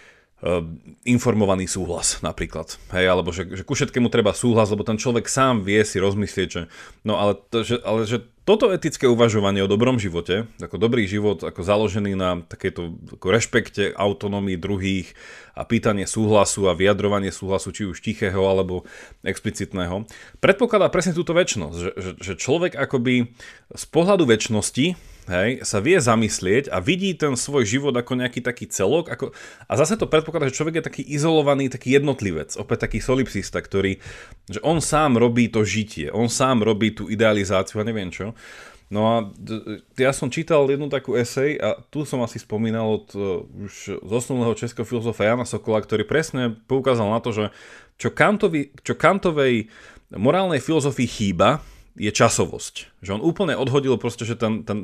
informovaný súhlas napríklad. Hej, alebo že ku všetkému treba súhlas, lebo ten človek sám vie si rozmyslieť, že no ale že toto etické uvažovanie o dobrom živote, ako dobrý život, ako založený na takéto ako rešpekte, autonómii druhých a pýtanie súhlasu a vyjadrovanie súhlasu, či už tichého alebo explicitného, predpokladá presne túto večnosť, že človek akoby z pohľadu večnosti, hej, sa vie zamyslieť a vidí ten svoj život ako nejaký taký celok. A zase to predpokladá, že človek je taký izolovaný, taký jednotlivec, opäť taký solipsista, že on sám robí to žitie, on sám robí tú idealizáciu a neviem čo. No a ja som čítal jednu takú esej a tu som asi spomínal od už zosnulého českého filozofa Jana Sokola, ktorý presne poukázal na to, že čo Kantovej morálnej filozofii chýba, je časovosť. Že on úplne odhodil proste, že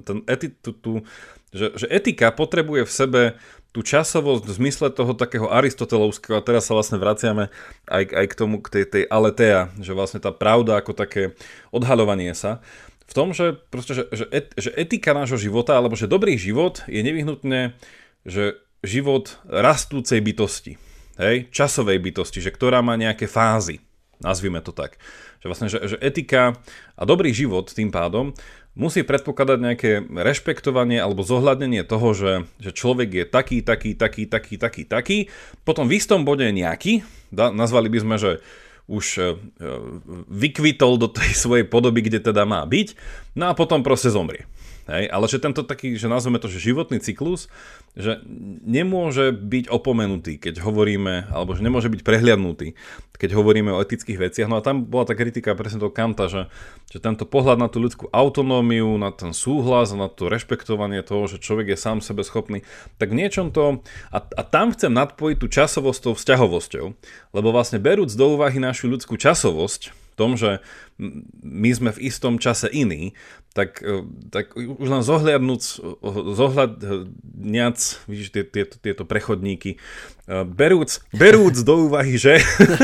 že etika potrebuje v sebe tú časovosť v zmysle toho takého aristotelovského, a teraz sa vlastne vraciame aj k tomu, k tej aletheia, že vlastne tá pravda ako také odhaľovanie sa, v tom, že proste, že etika nášho života, alebo že dobrý život je nevyhnutne, že život rastúcej bytosti, hej, časovej bytosti, že ktorá má nejaké fázy, nazvime to tak. Že vlastne, že etika a dobrý život tým pádom musí predpokladať nejaké rešpektovanie alebo zohľadnenie toho, že človek je taký, potom v istom bode nejaký, nazvali by sme, že už vykvitol do tej svojej podoby, kde teda má byť, no a potom proste zomrie. Hej, ale že tento taký, že nazveme to, že životný cyklus, že nemôže byť opomenutý, keď hovoríme, alebo že nemôže byť prehliadnutý, keď hovoríme o etických veciach. No a tam bola tá kritika presne toho Kanta, že tento pohľad na tú ľudskú autonómiu, na ten súhlas, na to rešpektovanie toho, že človek je sám sebe schopný, tak v niečom to, a tam chcem nadpojiť tú časovosť tou vzťahovosťou, lebo vlastne berúc do úvahy našu ľudskú časovosť, v tom, že my sme v istom čase iní, tak už len zohľadňac, vidíš, tieto prechodníky, berúc do úvahy, že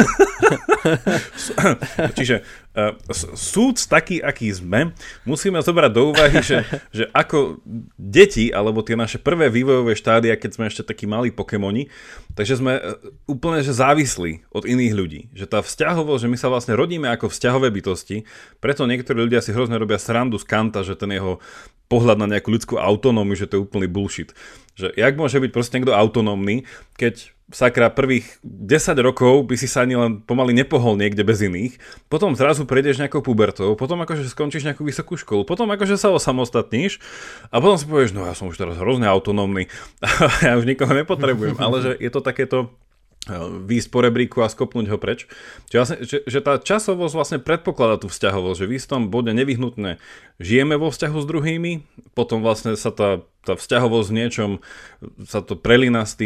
čiže súd taký, aký sme, musíme zobrať do úvahy, že ako deti, alebo tie naše prvé vývojové štádia, keď sme ešte takí malí Pokémoni, takže sme úplne že závislí od iných ľudí. Že tá vzťahovosť, že my sa vlastne rodíme ako vzťahové bytosti, preto niektorí ľudia si hrozne robia srandu z Kanta, že ten jeho pohľad na nejakú ľudskú autonómiu, že to je úplný bullshit. Že jak môže byť proste niekto autonómny, keď sakra prvých 10 rokov by si sa ani len pomaly nepohol niekde bez iných, potom zrazu prejdeš nejakou pubertou, potom akože skončíš nejakú vysokú školu, potom akože sa osamostatníš a potom si povieš, no ja som už teraz hrozne autonómny, ja už nikoho nepotrebujem, ale že je to takéto výjsť po rebríku a skopnúť ho preč. Že tá časovosť vlastne predpokladá tú vzťahovosť, že v istom bode nevyhnutne žijeme vo vzťahu s druhými, potom vlastne sa tá tá vzťahovosť v niečom sa to prelína s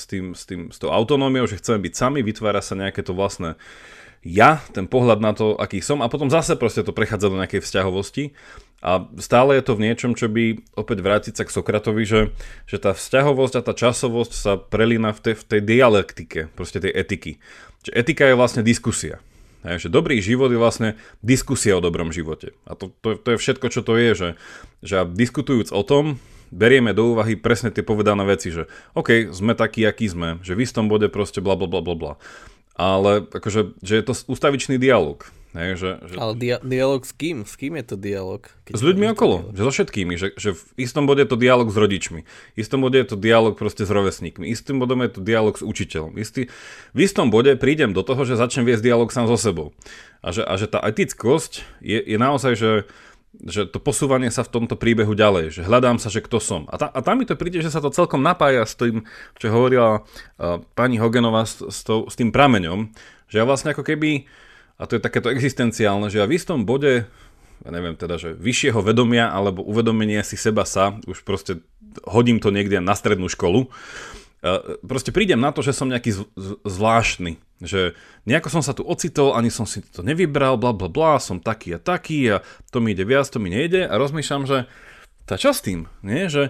tou autonómiou, že chceme byť sami, vytvára sa nejaké to vlastné ja, ten pohľad na to, aký som a potom zase proste to prechádza do nejakej vzťahovosti a stále je to v niečom, čo by opäť vrátiť sa k Sokratovi, že tá vzťahovosť a tá časovosť sa prelína v tej dialektike, proste tej etiky. Čiže etika je vlastne diskusia. Že dobrý život je vlastne diskusia o dobrom živote. A to je všetko, čo to je, že diskutujúc o tom, berieme do úvahy presne tie povedané veci, že OK, sme takí, akí sme, že v istom bode proste bla bla bla bla bla. Ale akože, že je to ustavičný dialog. Ale dialog s kým? S kým je to dialog? S ľuďmi okolo, že so všetkými. Že v istom bode je to dialog s rodičmi. V istom bode je to dialog proste s rovesníkmi. Istým bodom je to dialog s učiteľom. V istom bode prídem do toho, že začnem viesť dialog sám so sebou. A že tá etickosť je naozaj, že to posúvanie sa v tomto príbehu ďalej, že hľadám sa, že kto som. A tam mi to príde, že sa to celkom napája s tým, čo hovorila pani Hogenová s tým prameňom, že ja vlastne ako keby, a to je takéto existenciálne, že ja v istom bode, ja neviem teda, že vyššieho vedomia alebo uvedomenia si seba sa, už proste hodím to niekde na strednú školu, proste prídem na to, že som nejaký zvláštny, že nejako som sa tu ocitol, ani som si to nevybral, bla bla bla, som taký a to mi ide viac, to mi nejde a rozmýšľam, že čo s tým, nie? Že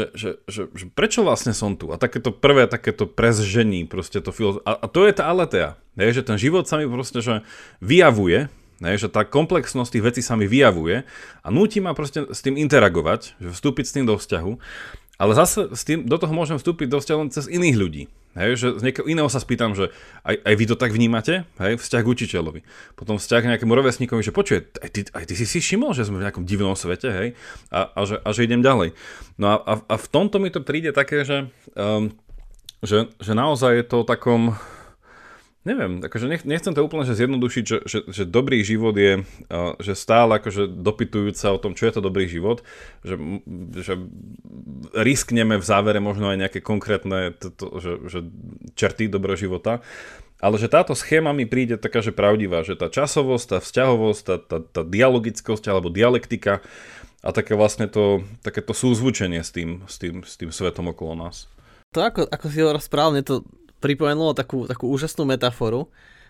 prečo vlastne som tu? A takéto prvé, takéto prezžení, proste to a to je tá aletea, že ten život sa mi proste, že vyjavuje, že tá komplexnosť tých vecí sa mi vyjavuje a núti ma proste s tým interagovať, že vstúpiť s tým do vzťahu. Ale zase do toho môžem vstúpiť do vzťahu cez iných ľudí. Že z niekoho iného sa spýtam, že aj vy to tak vnímate? Vzťah k učiteľovi. Potom vzťah k nejakému rovesníkovi, že počuje, aj ty si všimol, že sme v nejakom divnom svete, a že idem ďalej. No a v tomto mi to príde také, že naozaj je to takom... Neviem, akože nechcem to úplne zjednodušiť, že dobrý život je, že stále akože dopytujúc sa o tom, čo je to dobrý život, že riskneme v závere možno aj nejaké konkrétne že črty dobrého života, ale že táto schéma mi príde taká, že pravdivá, že tá časovosť, tá vzťahovosť, tá dialogickosť alebo dialektika a také vlastne takéto súzvučenie s tým svetom okolo nás. To ako si ho rozprával, mne to pripomenulo takú úžasnú metaforu,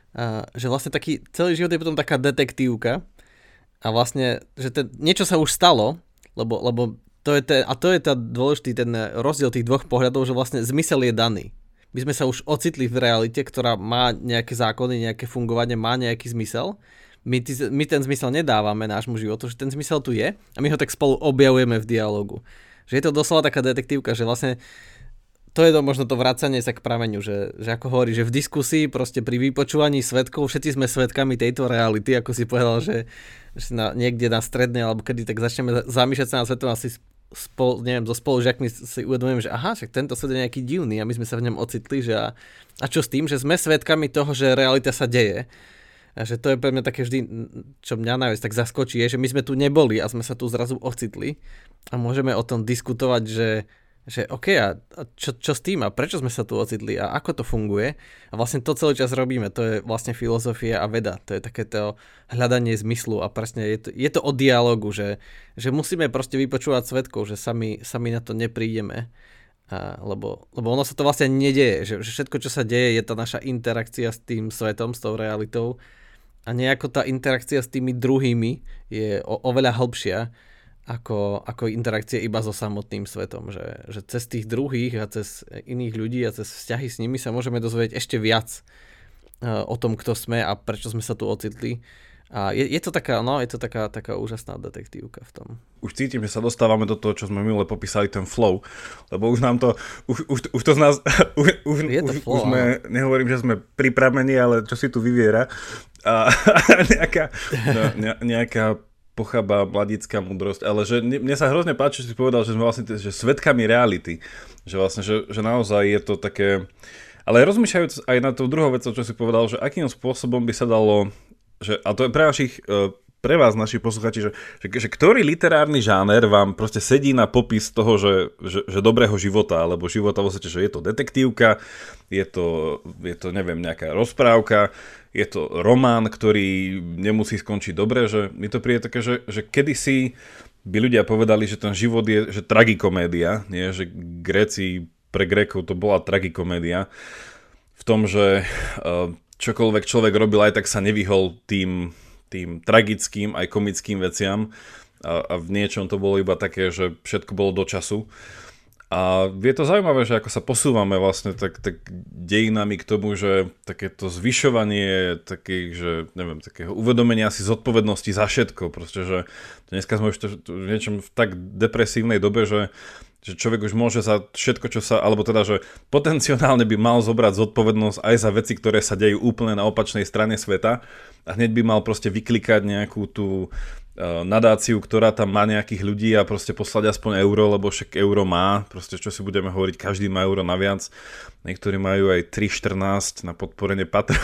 že vlastne taký celý život je potom taká detektívka a vlastne, že niečo sa už stalo, lebo to je tá dôležitý ten rozdiel tých dvoch pohľadov, že vlastne zmysel je daný. My sme sa už ocitli v realite, ktorá má nejaké zákony, nejaké fungovanie, má nejaký zmysel. My ten zmysel nedávame nášmu životu, že ten zmysel tu je a my ho tak spolu objavujeme v dialogu. Že je to doslova taká detektívka, že vlastne to je to možno to vracanie sa k prameňu, že ako hovorí, že v diskusii, proste pri vypočúvaní svedkov, všetci sme svedkami tejto reality, ako si povedal, že niekde na strednej, alebo kedy tak začneme zamýšľať sa na svetom asi so spolužiakmi si uvedomujem, že aha, však tento svet je nejaký divný a my sme sa v ňom ocitli, že a čo s tým, že sme svedkami toho, že realita sa deje. A že to je pre mňa také vždy, čo mňa najviac tak zaskočí, je, že my sme tu neboli a sme sa tu zrazu ocitli a môžeme o tom diskutovať, že OK, a čo s tým a prečo sme sa tu ocitli a ako to funguje a vlastne to celý čas robíme, to je vlastne filozofia a veda, to je takéto hľadanie zmyslu a presne je to o dialogu, že musíme proste vypočúvať svedkov, že sami na to neprídeme, lebo ono sa to vlastne nedeje, že všetko čo sa deje je tá naša interakcia s tým svetom, s tou realitou a nejako tá interakcia s tými druhými je oveľa hlbšia ako interakcie iba so samotným svetom, že cez tých druhých a cez iných ľudí a cez vzťahy s nimi sa môžeme dozvedieť ešte viac o tom, kto sme a prečo sme sa tu ocitli. A je to taká úžasná detektívka v tom. Už cítim, že sa dostávame do toho, čo sme minule popísali, ten flow, lebo už nám to, už to z nás, už sme, nehovorím, že sme pripravení, ale čo si tu vyviera. A nejaká pochaba, mladická múdrosť, ale že mne sa hrozne páči, že si povedal, že sme vlastne že svedkami reality, že vlastne, že naozaj je to také, ale rozmýšľajúc aj na tú druhou vec, čo si povedal, že akým spôsobom by sa dalo, že, a to je pre vás, naši posluchači, že ktorý literárny žáner vám proste sedí na popis toho, že dobrého života, alebo života vo svete, že je to detektívka, je to neviem, nejaká rozprávka, je to román, ktorý nemusí skončiť dobre, že mi to príde také, že kedysi by ľudia povedali, že ten život je že tragikomédia, nie? Že pre Grékov to bola tragikomédia v tom, že čokoľvek človek robil, aj tak sa nevyhol tým tragickým aj komickým veciam a v niečom to bolo iba také, že všetko bolo do času. A je to zaujímavé, že ako sa posúvame vlastne tak dejinami k tomu, že takéto zvyšovanie takého uvedomenia si zodpovednosti za všetko. Proste, že dneska sme už v niečom v tak depresívnej dobe, že človek už môže za všetko, čo sa, alebo teda, že potenciálne by mal zobrať zodpovednosť aj za veci, ktoré sa dejú úplne na opačnej strane sveta a hneď by mal proste vyklikať nejakú tú nadáciu, ktorá tam má nejakých ľudí a proste poslať aspoň euro, lebo však euro má, proste čo si budeme hovoriť, každý má euro naviac, niektorí majú aj 3,14 na podporenie patra.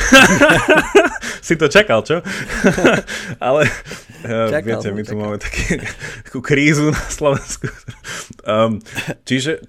Si to čakal, čo? Ale viete, my tu máme takú krízu na Slovensku. Čiže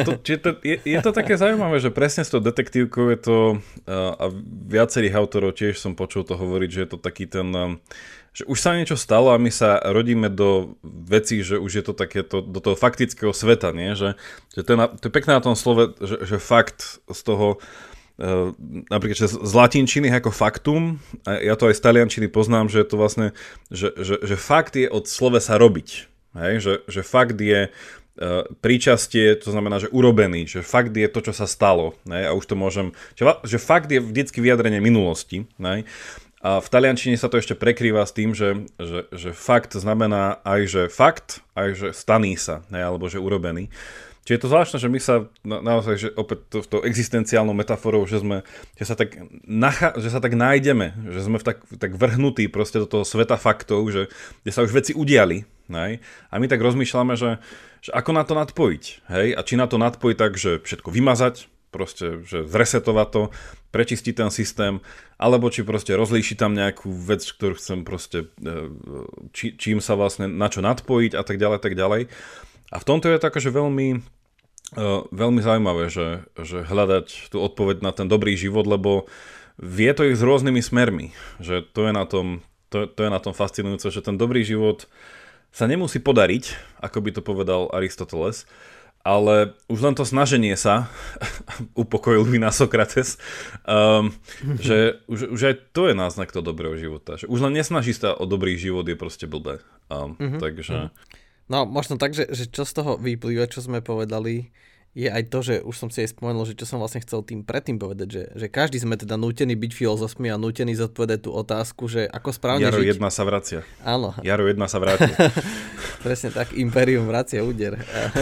je to také zaujímavé, že presne s tou detektívkou je to, a viacerých autorov tiež som počul to hovoriť, že je to taký ten, že už sa niečo stalo a my sa rodíme do vecí, že už je to takéto, do toho faktického sveta, nie? Že to je pekné na tom slove, že fakt z toho, napríklad že z latinčiny ako faktum, a ja to aj z taliančiny poznám, že je to vlastne, že fakt je od slovesa robiť. Hej? Že fakt je príčastie, to znamená, že urobený, že fakt je to, čo sa stalo. Hej? A už to môžem, že fakt je vždycky vyjadrenie minulosti. Hej? A v taliančine sa to ešte prekrýva s tým, že fakt znamená aj, že fakt, aj, že staný sa, ne, alebo že urobený. Čiže je to zvláštne, že my sa naozaj, že opäť to existenciálnou metaforou, že sa tak nájdeme, že sme tak vrhnutí proste do toho sveta faktov, kde sa už veci udiali. Ne? A my tak rozmýšľame, že ako na to nadpojiť. Hej? A či na to nadpojiť tak, že všetko vymazať, proste, že zresetovať to, prečistiť ten systém, alebo či proste rozlíšiť tam nejakú vec, ktorú chcem proste, čím sa vlastne, na čo nadpojiť a tak ďalej, tak ďalej. A v tomto je to akože veľmi zaujímavé, že hľadať tú odpoveď na ten dobrý život, lebo vie to ísť s rôznymi smermi, že to je na tom fascinujúce, že ten dobrý život sa nemusí podariť, ako by to povedal Aristoteles, ale už len to snaženie sa, upokojil by nás Sokrates, že už aj to je náznak toho dobrého života. Že už len nesnaží sa o dobrý život, je proste blbé. Takže... No, možno tak, že čo z toho vyplýva, čo sme povedali, je aj to, že už som si aj spomenul, že čo som vlastne chcel tým predtým povedať, že každý sme teda nútení byť filozofmi a nútení zodpovedať tú otázku, že ako správne Jaro žiť. jedna sa vracia. Áno. Jaro jedna sa vráti. Presne tak, impérium vracia úder.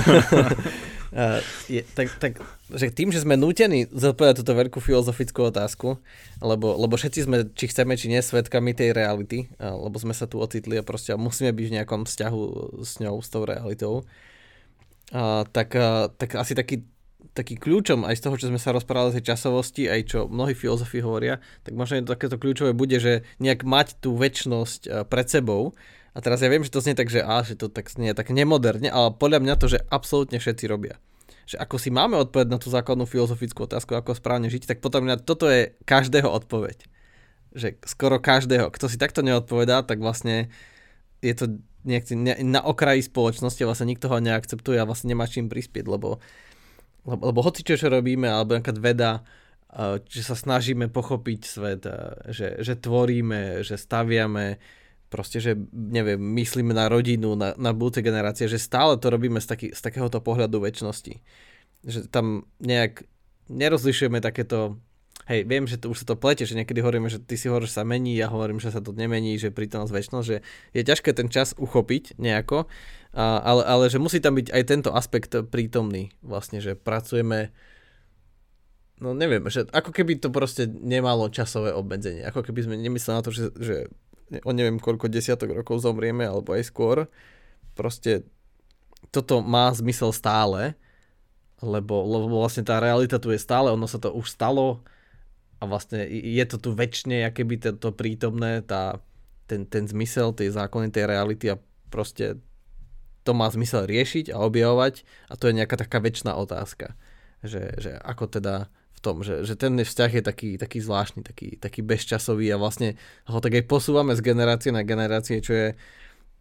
Že tým, že sme nútení zodpovedať túto veľkú filozofickú otázku, lebo všetci sme, či chceme, či nie, svedkami tej reality, lebo sme sa tu ocitli a proste musíme byť v nejakom vzťahu s ňou, s tou realitou, tak asi taký kľúčom aj z toho, čo sme sa rozprávali z tej časovosti, aj čo mnohí filozofi hovoria, tak možno takéto kľúčové bude, že nejak mať tú večnosť pred sebou. A teraz ja viem, že to znie tak, že to tak znie tak nemoderne, ale podľa mňa to, že absolútne všetci robia. Že ako si máme odpoveď na tú základnú filozofickú otázku, ako správne žiť, tak potom mňa toto je každého odpoveď. Že skoro každého. Kto si takto neodpovedá, tak vlastne je to na okraji spoločnosti a vlastne nikto ho neakceptuje a vlastne nemá čím prispieť, lebo hoci čo robíme, alebo nejaká veda, že sa snažíme pochopiť svet, že tvoríme, že staviame, proste, že neviem, myslíme na rodinu, na budúce generácie, že stále to robíme z takéhoto pohľadu večnosti. Že tam nejak nerozlišujeme takéto, hej, viem, že to už sa to plete, že niekedy hovoríme, že ty si hovoríš, že sa mení, ja hovorím, že sa to nemení, že prítomnosť večnosť, že je ťažké ten čas uchopiť nejako, ale že musí tam byť aj tento aspekt prítomný, vlastne, že pracujeme, no neviem, že ako keby to proste nemalo časové obmedzenie, ako keby sme nemysleli na to, že o neviem koľko desiatok rokov zomrieme, alebo aj skôr. Proste toto má zmysel stále, lebo vlastne tá realita tu je stále, ono sa to už stalo a vlastne je to tu večne, akéby to prítomné, ten zmysel tej zákony, tej reality a proste to má zmysel riešiť a objavovať a to je nejaká taká večná otázka. Že ako teda v tom, že ten vzťah je taký zvláštny, taký bezčasový a vlastne ho tak aj posúvame z generácie na generácie, čo je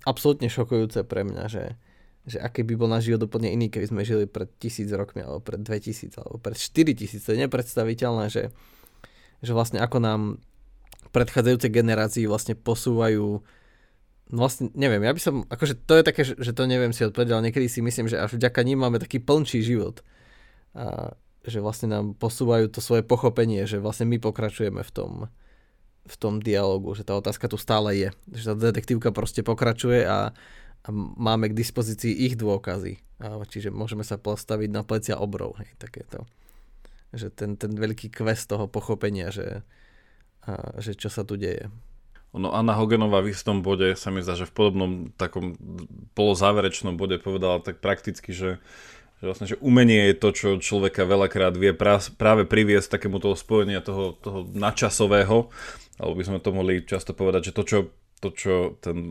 absolútne šokujúce pre mňa, že aký by bol náš život úplne iný, keby sme žili pred 1000 rokmi, alebo pred 2000, alebo pred 4000. To je nepredstaviteľné, že vlastne ako nám predchádzajúce generácie vlastne posúvajú. Vlastne neviem, ja by som, akože to je také, že to neviem si odpovedať, ale niekedy si myslím, že až vďaka nim máme taký plnší život. A že vlastne nám posúvajú to svoje pochopenie, že vlastne my pokračujeme v tom dialogu, že tá otázka tu stále je. Že tá detektívka proste pokračuje a máme k dispozícii ich dôkazy. Čiže môžeme sa postaviť na plecia obrov. Hej, takéto. Že ten veľký quest toho pochopenia, že čo sa tu deje. No Anna Hogenová v istom bode sa mi zdá, že v podobnom takom polozáverečnom bode povedala tak prakticky, že vlastne, že umenie je to, čo človeka veľakrát vie práve priviesť takému toho spojenia toho nadčasového, alebo by sme to mohli často povedať, že to, čo ten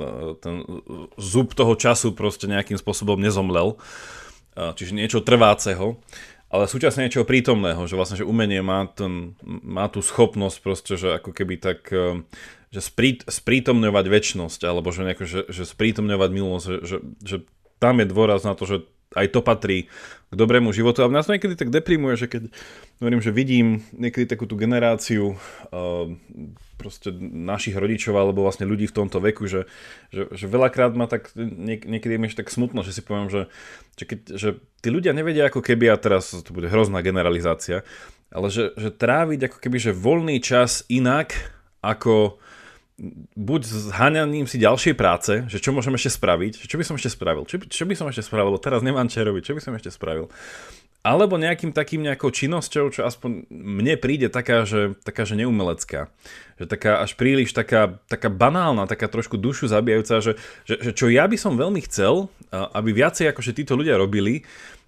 zub toho času proste nejakým spôsobom nezomlel, čiže niečo trváceho, ale súčasne niečo prítomného, že vlastne, že umenie má tú schopnosť proste, že ako keby tak, že sprítomňovať večnosť, alebo že nejako, že sprítomňovať minulosť, že tam je dôraz na to, že aj to patrí k dobrému životu. A nás niekedy tak deprimuje, že keď hovorím, že vidím niekedy takú tú generáciu proste našich rodičov alebo vlastne ľudí v tomto veku, že veľakrát ma tak niekedy mi tak smutno, že si poviem, že tí ľudia nevedia ako keby, a teraz to bude hrozná generalizácia, ale že tráviť ako keby, že voľný čas inak ako buď s háňaním si ďalšej práce, že čo môžem ešte spraviť, čo by som ešte spravil, čo by som ešte spravil, lebo teraz nemám čo robiť, čo by som ešte spravil. Alebo nejakou činnosťou, čo aspoň mne príde taká, že neumelecká. Že taká až príliš taká banálna, taká trošku dušu zabijajúca, že čo ja by som veľmi chcel, aby viacej akože títo ľudia robili,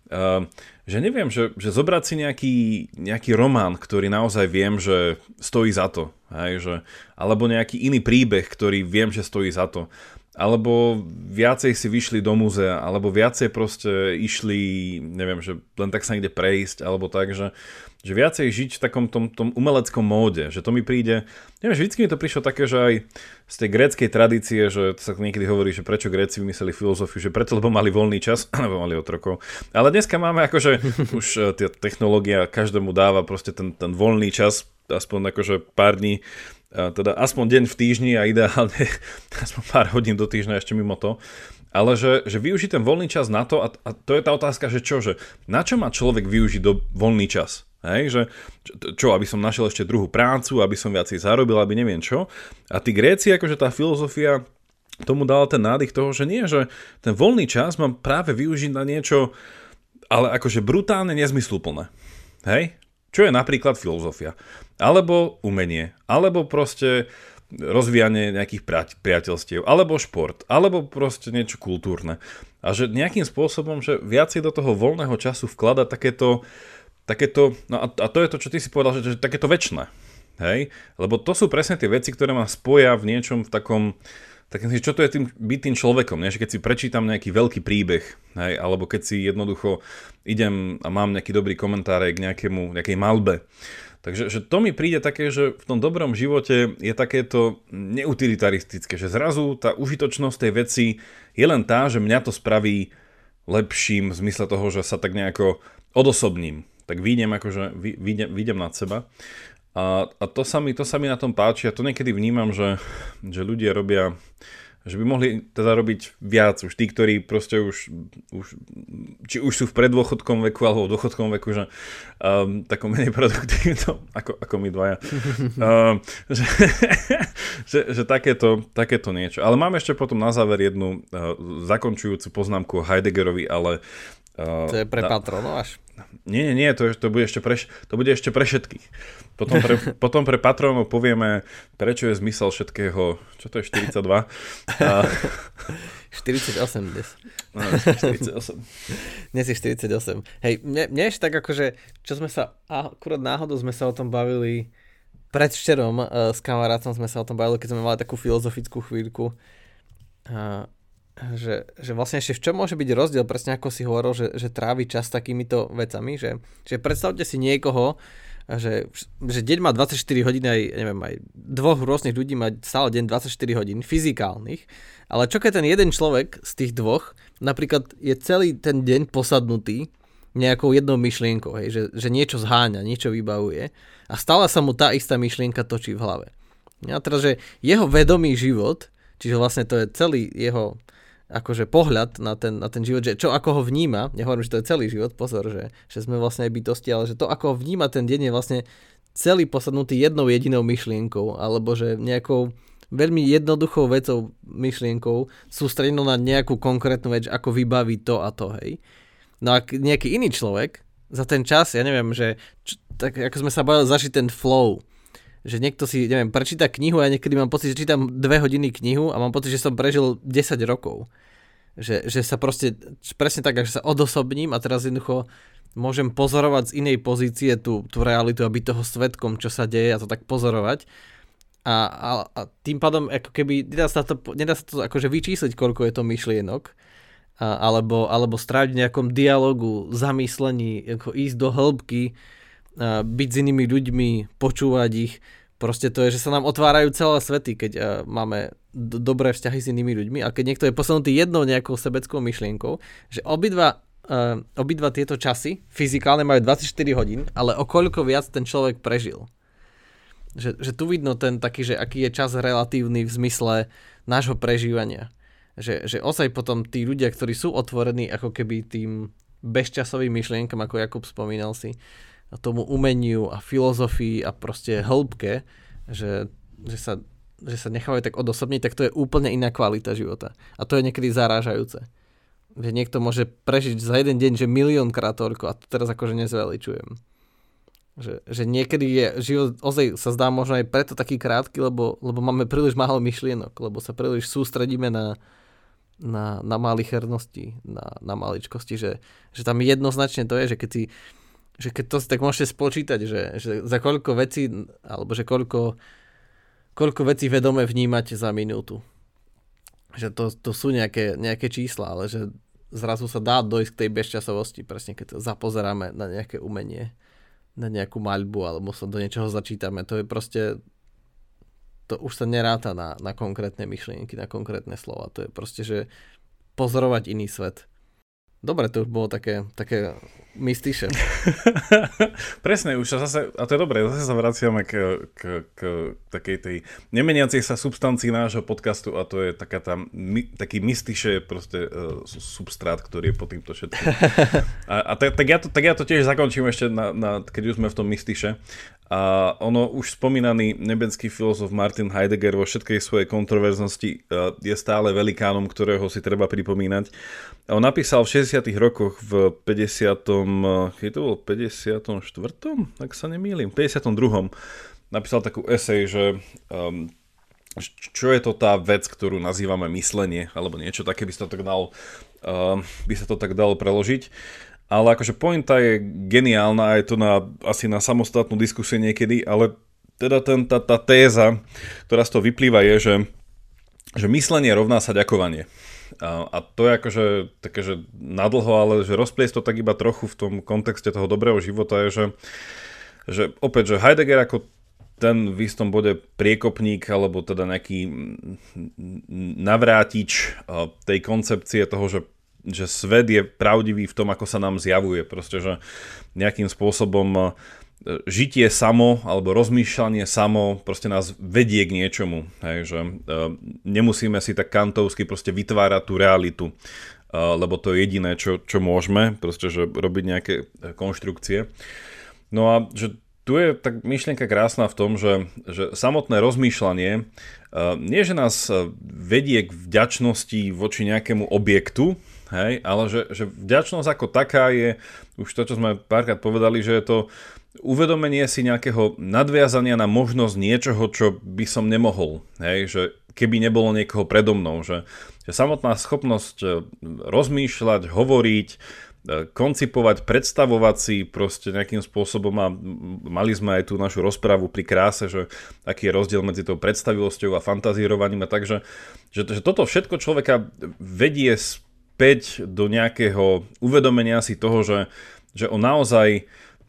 že neviem, že zobrať si nejaký román, ktorý naozaj viem, že stojí za to. Hej, alebo nejaký iný príbeh, ktorý viem, že stojí za to. Alebo viacej si vyšli do múzea, alebo viacej proste išli, neviem, že len tak sa niekde prejsť, alebo tak, že viacej žiť v takom tom umeleckom móde, že to mi príde, neviem, vždycky mi to prišlo také, že aj z tej gréckej tradície, že sa niekedy hovorí, že prečo Gréci vymysleli filozofiu, že preto, lebo mali voľný čas, alebo mali otrokov. Ale dneska máme akože už tá technológia každému dáva proste ten voľný čas, aspoň akože pár dní, teda aspoň deň v týždni a ideálne aspoň pár hodín do týždňa ešte mimo to. Ale že využiť ten voľný čas na to, a to je tá otázka, že čo, že na čo má človek využiť voľný čas? Hej, že čo, aby som našiel ešte druhú prácu, aby som viacej zarobil, aby neviem čo. A tí Gréci, akože tá filozofia tomu dala ten nádych toho, že nie, že ten voľný čas mám práve využiť na niečo, ale akože brutálne nezmysluplné. Hej? Čo je napríklad filozofia, alebo umenie, alebo proste rozvíjanie nejakých priateľstiev, alebo šport, alebo proste niečo kultúrne. A že nejakým spôsobom, že viacej do toho voľného času vklada takéto no a to je to, čo ty si povedal, že takéto večné. Hej? Lebo to sú presne tie veci, ktoré ma spoja v niečom v takom čo to je byť tým človekom, nie? Že keď si prečítam nejaký veľký príbeh, hej? Alebo keď si jednoducho idem a mám nejaký dobrý komentár k nejakej malbe. Takže že to mi príde také, že v tom dobrom živote je takéto neutilitaristické, že zrazu tá užitočnosť tej veci je len tá, že mňa to spraví lepším v zmysle toho, že sa tak nejako odosobním. Tak výjdem nad seba. A to sa mi na tom páči a to niekedy vnímam, že ľudia robia, že by mohli teda robiť viac, už tí, ktorí proste už či už sú v preddôchodkom veku alebo v dôchodkom veku, že takom menej produktívnom ako my dvaja. že takéto niečo. Ale mám ešte potom na záver jednu zakončujúcu poznámku o Heideggerovi, ale to je pre patronov až? Nie, to bude ešte pre všetkých. Potom pre patronov povieme, prečo je zmysel všetkého, čo to je 42? 48 dnes. No, 48. Dnes je 48. Hej, mne ešte tak akože, čo sme sa, akurát náhodou sme sa o tom bavili predvčerom s kamarátom sme sa o tom bavili, keď sme mali takú filozofickú chvíľku. Že vlastne ešte v čom môže byť rozdiel, presne ako si hovoril, že trávi čas takýmito vecami, že predstavte si niekoho, že deň má 24 hodín, aj, neviem, aj dvoch rôznych ľudí má stále deň 24 hodín fyzikálnych, ale čo keď ten jeden človek z tých dvoch napríklad je celý ten deň posadnutý nejakou jednou myšlienkou, hej, že niečo zháňa, niečo vybavuje a stále sa mu tá istá myšlienka točí v hlave. A teraz, že jeho vedomý život, čiže vlastne to je celý jeho akože pohľad na ten život, že čo ako ho vníma, nehovorím, že to je celý život, pozor, že sme vlastne aj bytosti, ale že to ako ho vníma ten deň je vlastne celý posadnutý jednou jedinou myšlienkou, alebo že nejakou veľmi jednoduchou vecou, myšlienkou sústredenou na nejakú konkrétnu vec, ako vybaví to a to, hej. No a nejaký iný človek za ten čas, ja neviem, že tak ako sme sa bavili, zažiť ten flow, že niekto si, neviem, prečíta knihu a ja niekedy mám pocit, že čítam 2 hodiny knihu a mám pocit, že som prežil 10 rokov. Že sa proste, presne tak, že sa odosobním a teraz jednoducho môžem pozorovať z inej pozície tú realitu a byť toho svedkom, čo sa deje a to tak pozorovať. A tým pádom, ako keby, nedá sa to akože vyčísliť, koľko je to myšlienok, alebo stráviť v nejakom dialogu, zamyslení, ako ísť do hĺbky, byť s inými ľuďmi, počúvať ich. Proste to je, že sa nám otvárajú celé svety, keď máme dobré vzťahy s inými ľuďmi a keď niekto je posunutý jednou nejakou sebeckou myšlienkou, že obidva tieto časy fyzikálne majú 24 hodín, ale o koľko viac ten človek prežil. Že tu vidno ten taký, že aký je čas relatívny v zmysle nášho prežívania. Že ozaj potom tí ľudia, ktorí sú otvorení ako keby tým bezčasovým myšlienkam, ako Jakub spomínal si, a tomu umeniu a filozofii a proste hĺbke, že sa nechávajú tak odosobniť, tak to je úplne iná kvalita života. A to je niekedy zarážajúce. Že niekto môže prežiť za jeden deň, že miliónkrát toľko a to teraz akože nezveličujem. Že niekedy je život ozaj sa zdá možno aj preto taký krátky, lebo máme príliš málo myšlienok, lebo sa príliš sústredíme na malichernosti, na maličkosti, že tam jednoznačne to je, že keď to si tak môžete spočítať, že za koľko vecí, alebo že koľko vecí vedome vnímate za minútu. Že to sú nejaké čísla, ale že zrazu sa dá dojsť k tej bezčasovosti, presne keď zapozeráme na nejaké umenie, na nejakú maľbu, alebo sa do niečoho začítame. To je proste, to už sa neráta na konkrétne myšlienky, na konkrétne slova. To je proste, že pozorovať iný svet. Dobre, to už bolo také mystišie. Presne, už sa zase, a to je dobré, zase sa vraciame k takej tej nemeniacej sa substancii nášho podcastu a to je taký mystišie proste substrát, ktorý je pod týmto všetkým. Tak ja to tiež zakončím ešte, keď už sme v tom mystiše. A ono už spomínaný nebecký filozof Martin Heidegger vo všetkej svojej kontroverznosti je stále velikánom, ktorého si treba pripomínať. A on napísal v 60. rokoch v 54. ak sa nemýlim, 52. napísal takú esej, že čo je to tá vec, ktorú nazývame myslenie, alebo niečo také by sa to tak dalo preložiť. Ale akože pointa je geniálna a je to asi na samostatnú diskusiu niekedy, ale teda tá téza, ktorá z toho vyplýva je, že myslenie rovná sa ďakovanie. A to je akože také, že nadlho, ale že rozpliesť to tak iba trochu v tom kontexte toho dobrého života je, že opäť, že Heidegger ako ten v istom bode priekopník alebo teda nejaký navrátič tej koncepcie toho, že svet je pravdivý v tom, ako sa nám zjavuje. Proste, že nejakým spôsobom žitie samo alebo rozmýšľanie samo proste nás vedie k niečomu. Hej, že nemusíme si tak kantovsky proste vytvárať tú realitu, lebo to je jediné, čo môžeme, proste, že robiť nejaké konštrukcie. No a že tu je tak myšlienka krásna v tom, že samotné rozmýšľanie nie, že nás vedie k vďačnosti voči nejakému objektu, hej, ale že vďačnosť ako taká je, už to, čo sme párkrát povedali, že je to uvedomenie si nejakého nadviazania na možnosť niečoho, čo by som nemohol. Hej, že keby nebolo niekoho predo mnou. Že samotná schopnosť rozmýšľať, hovoriť, koncipovať, predstavovať si proste nejakým spôsobom a mali sme aj tú našu rozpravu pri kráse, že aký je rozdiel medzi tou predstavivosťou a fantazírovaním a takže, že toto všetko človeka vedie späť do nejakého uvedomenia si toho, že on naozaj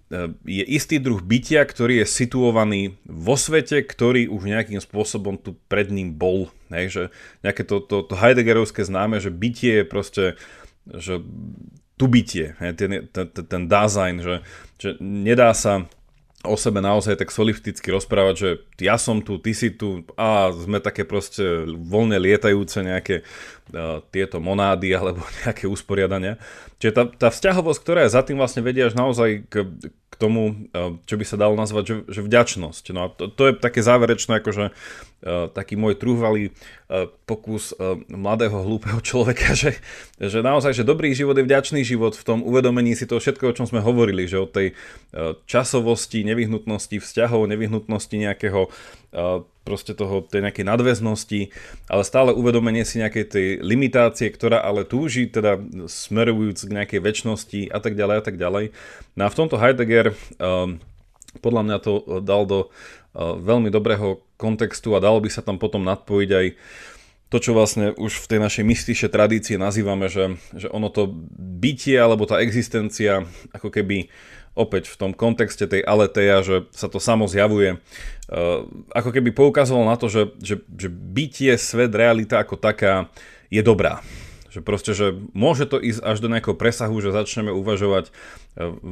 je istý druh bytia, ktorý je situovaný vo svete, ktorý už nejakým spôsobom tu pred ním bol. Hej, že nejaké to Heideggerovské známe, že bytie je proste, že tu bytie, hej, ten Dasein, že nedá sa o sebe naozaj tak solisticky rozprávať, že ja som tu, ty si tu a sme také proste voľne lietajúce nejaké tieto monády alebo nejaké usporiadania. Čiže tá vzťahovosť, ktorá je za tým vlastne vedie až naozaj k tomu, čo by sa dalo nazvať, že vďačnosť. No a to je také záverečné, akože taký môj trúhvalý pokus mladého, hlúpeho človeka, že naozaj, že dobrý život je vďačný život v tom uvedomení si toho všetko, o čom sme hovorili, že od tej časovosti, nevyhnutnosti vzťahov, nevyhnutnosti nejakého proste tej nejakej nadväznosti, ale stále uvedomenie si nejakej tej limitácie, ktorá ale túži, teda smerujúc k nejakej večnosti a tak ďalej a tak ďalej. No a v tomto Heidegger podľa mňa to dal do veľmi dobrého kontextu a dalo by sa tam potom nadpojiť aj to, čo vlastne už v tej našej mystišej tradícii nazývame, že ono to bytie alebo tá existencia ako keby opäť v tom kontexte tej aletheia, že sa to samo zjavuje, ako keby poukazoval na to, že bytie, svet, realita ako taká je dobrá. Že proste, že môže to ísť až do nejakého presahu, že začneme uvažovať v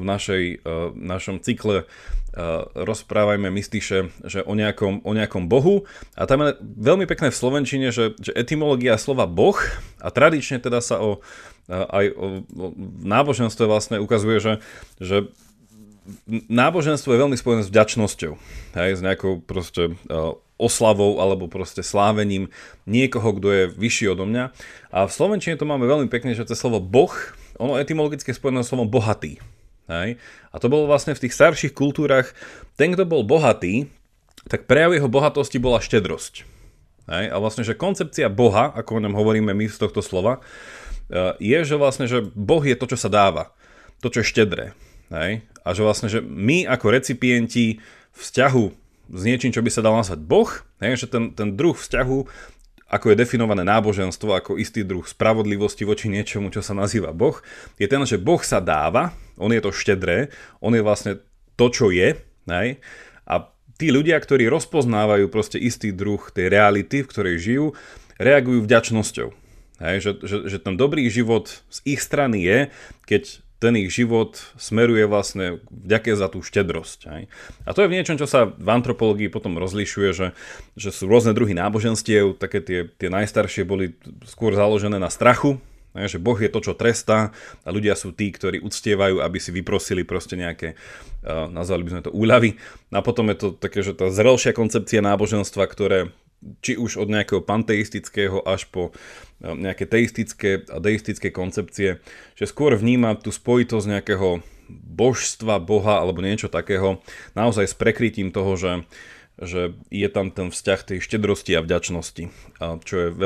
našom cykle rozprávajme mystiše, že o nejakom bohu. A tam je veľmi pekné v slovenčine, že etymológia slova boh a tradične teda sa aj o náboženstve vlastne ukazuje, že náboženstvo je veľmi spojené s vďačnosťou. Hej, s nejakou proste oslavou alebo proste slávením niekoho, kto je vyšší odo mňa. A v slovenčine to máme veľmi pekne, že to slovo boh, ono etymologicky je spojené s slovom bohatý. Hej? A to bolo vlastne v tých starších kultúrach, ten, kto bol bohatý, tak prejav jeho bohatosti bola štedrosť. Hej? A vlastne, že koncepcia Boha, ako o ňom hovoríme my z tohto slova, je, že vlastne, že Boh je to, čo sa dáva. To, čo je štedré. Hej? A že vlastne, že my ako recipienti vzťahu s niečím, čo by sa dal nazvať Boh, hej? Že ten druh vzťahu, ako je definované náboženstvo, ako istý druh spravodlivosti voči niečomu, čo sa nazýva Boh, je ten, že Boh sa dáva, on je to štedré, on je vlastne to, čo je, hej? A tí ľudia, ktorí rozpoznávajú proste istý druh tej reality, v ktorej žijú, reagujú vďačnosťou. Hej? Že ten dobrý život z ich strany je, keď ten ich život smeruje vlastne vďake za tú štedrosť. Hej? A to je v niečom, čo sa v antropológii potom rozlišuje, že sú rôzne druhy náboženstiev, také tie najstaršie boli skôr založené na strachu, že Boh je to, čo trestá a ľudia sú tí, ktorí uctievajú, aby si vyprosili proste nejaké, nazvali by sme to úľavy. A potom je to také, že tá zrelšia koncepcia náboženstva, ktoré či už od nejakého panteistického až po nejaké teistické a deistické koncepcie, že skôr vníma tú spojitosť nejakého božstva, boha alebo niečo takého naozaj s prekrytím toho, že je tam ten vzťah tej štedrosti a vďačnosti, čo je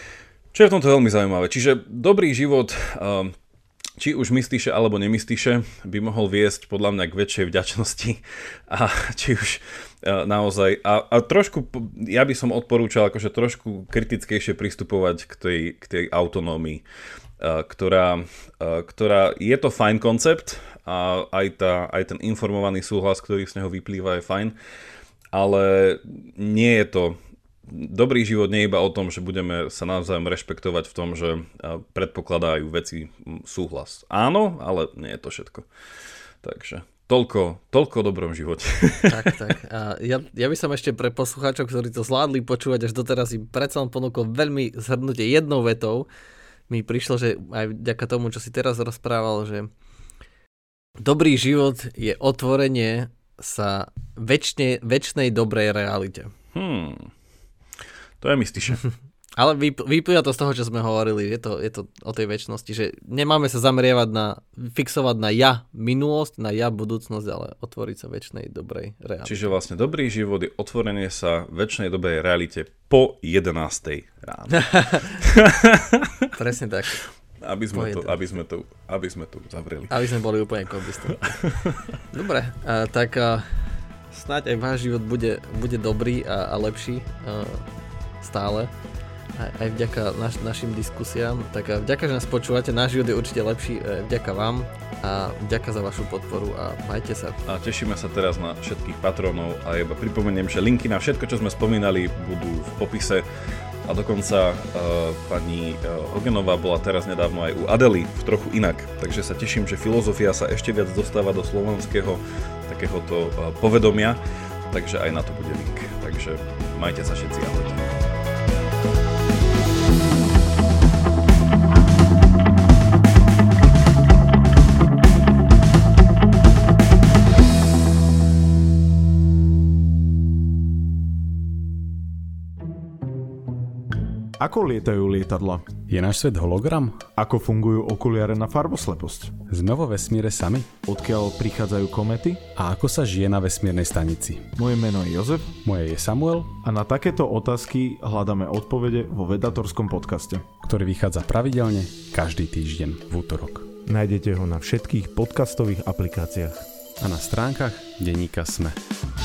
v tomto veľmi zaujímavé. Čiže dobrý život, či už mystiše alebo nemystiše, by mohol viesť podľa mňa k väčšej vďačnosti a či už naozaj a trošku, ja by som odporúčal akože trošku kritickejšie pristupovať k tej autonómii, ktorá je to fajn koncept a aj ten informovaný súhlas, ktorý z neho vyplýva, je fajn, ale nie je to dobrý život nie je iba o tom, že budeme sa navzájom rešpektovať v tom, že predpokladajú veci súhlas. Áno, ale nie je to všetko. Takže toľko o dobrom živote. Tak. Ja by som ešte pre poslucháčov, ktorí to zvládli počúvať až doteraz, im predsa ponúkol veľmi zhrnutie jednou vetou. Mi prišlo, že aj vďaka tomu, čo si teraz rozprával, že dobrý život je otvorenie sa večnej dobrej realite. To je mystišie. Ale vyplýva to z toho, čo sme hovorili. Je to o tej večnosti, že nemáme sa fixovať na ja minulosť, na ja budúcnosť, ale otvoriť sa večnej dobrej realite. Čiže vlastne dobrý život je otvorenie sa večnej dobrej realite po 11. ráno. Presne tak. Aby sme to zavreli. Aby sme boli úplne konzistentní. Dobre, tak snáď aj váš život bude dobrý a lepší stále. aj vďaka našim diskusiám. Tak vďaka, že nás počúvate, náš život je určite lepší, vďaka vám a vďaka za vašu podporu a majte sa. A tešíme sa teraz na všetkých patronov a iba pripomeniem, že linky na všetko, čo sme spomínali, budú v popise. A dokonca pani Hogenová bola teraz nedávno aj u Adely trochu inak, takže sa teším, že filozofia sa ešte viac dostáva do slovenského takéhoto povedomia, takže aj na to bude link. Takže majte sa všetci, ahojte. Ako lietajú lietadla? Je náš svet hologram? Ako fungujú okuliare na farbosleposť? Sme vo vesmíre sami? Odkiaľ prichádzajú komety? A ako sa žije na vesmírnej stanici? Moje meno je Jozef. Moje je Samuel. A na takéto otázky hľadáme odpovede vo Vedatorskom podcaste, ktorý vychádza pravidelne každý týždeň v útorok. Nájdete ho na všetkých podcastových aplikáciách a na stránkach denníka SME.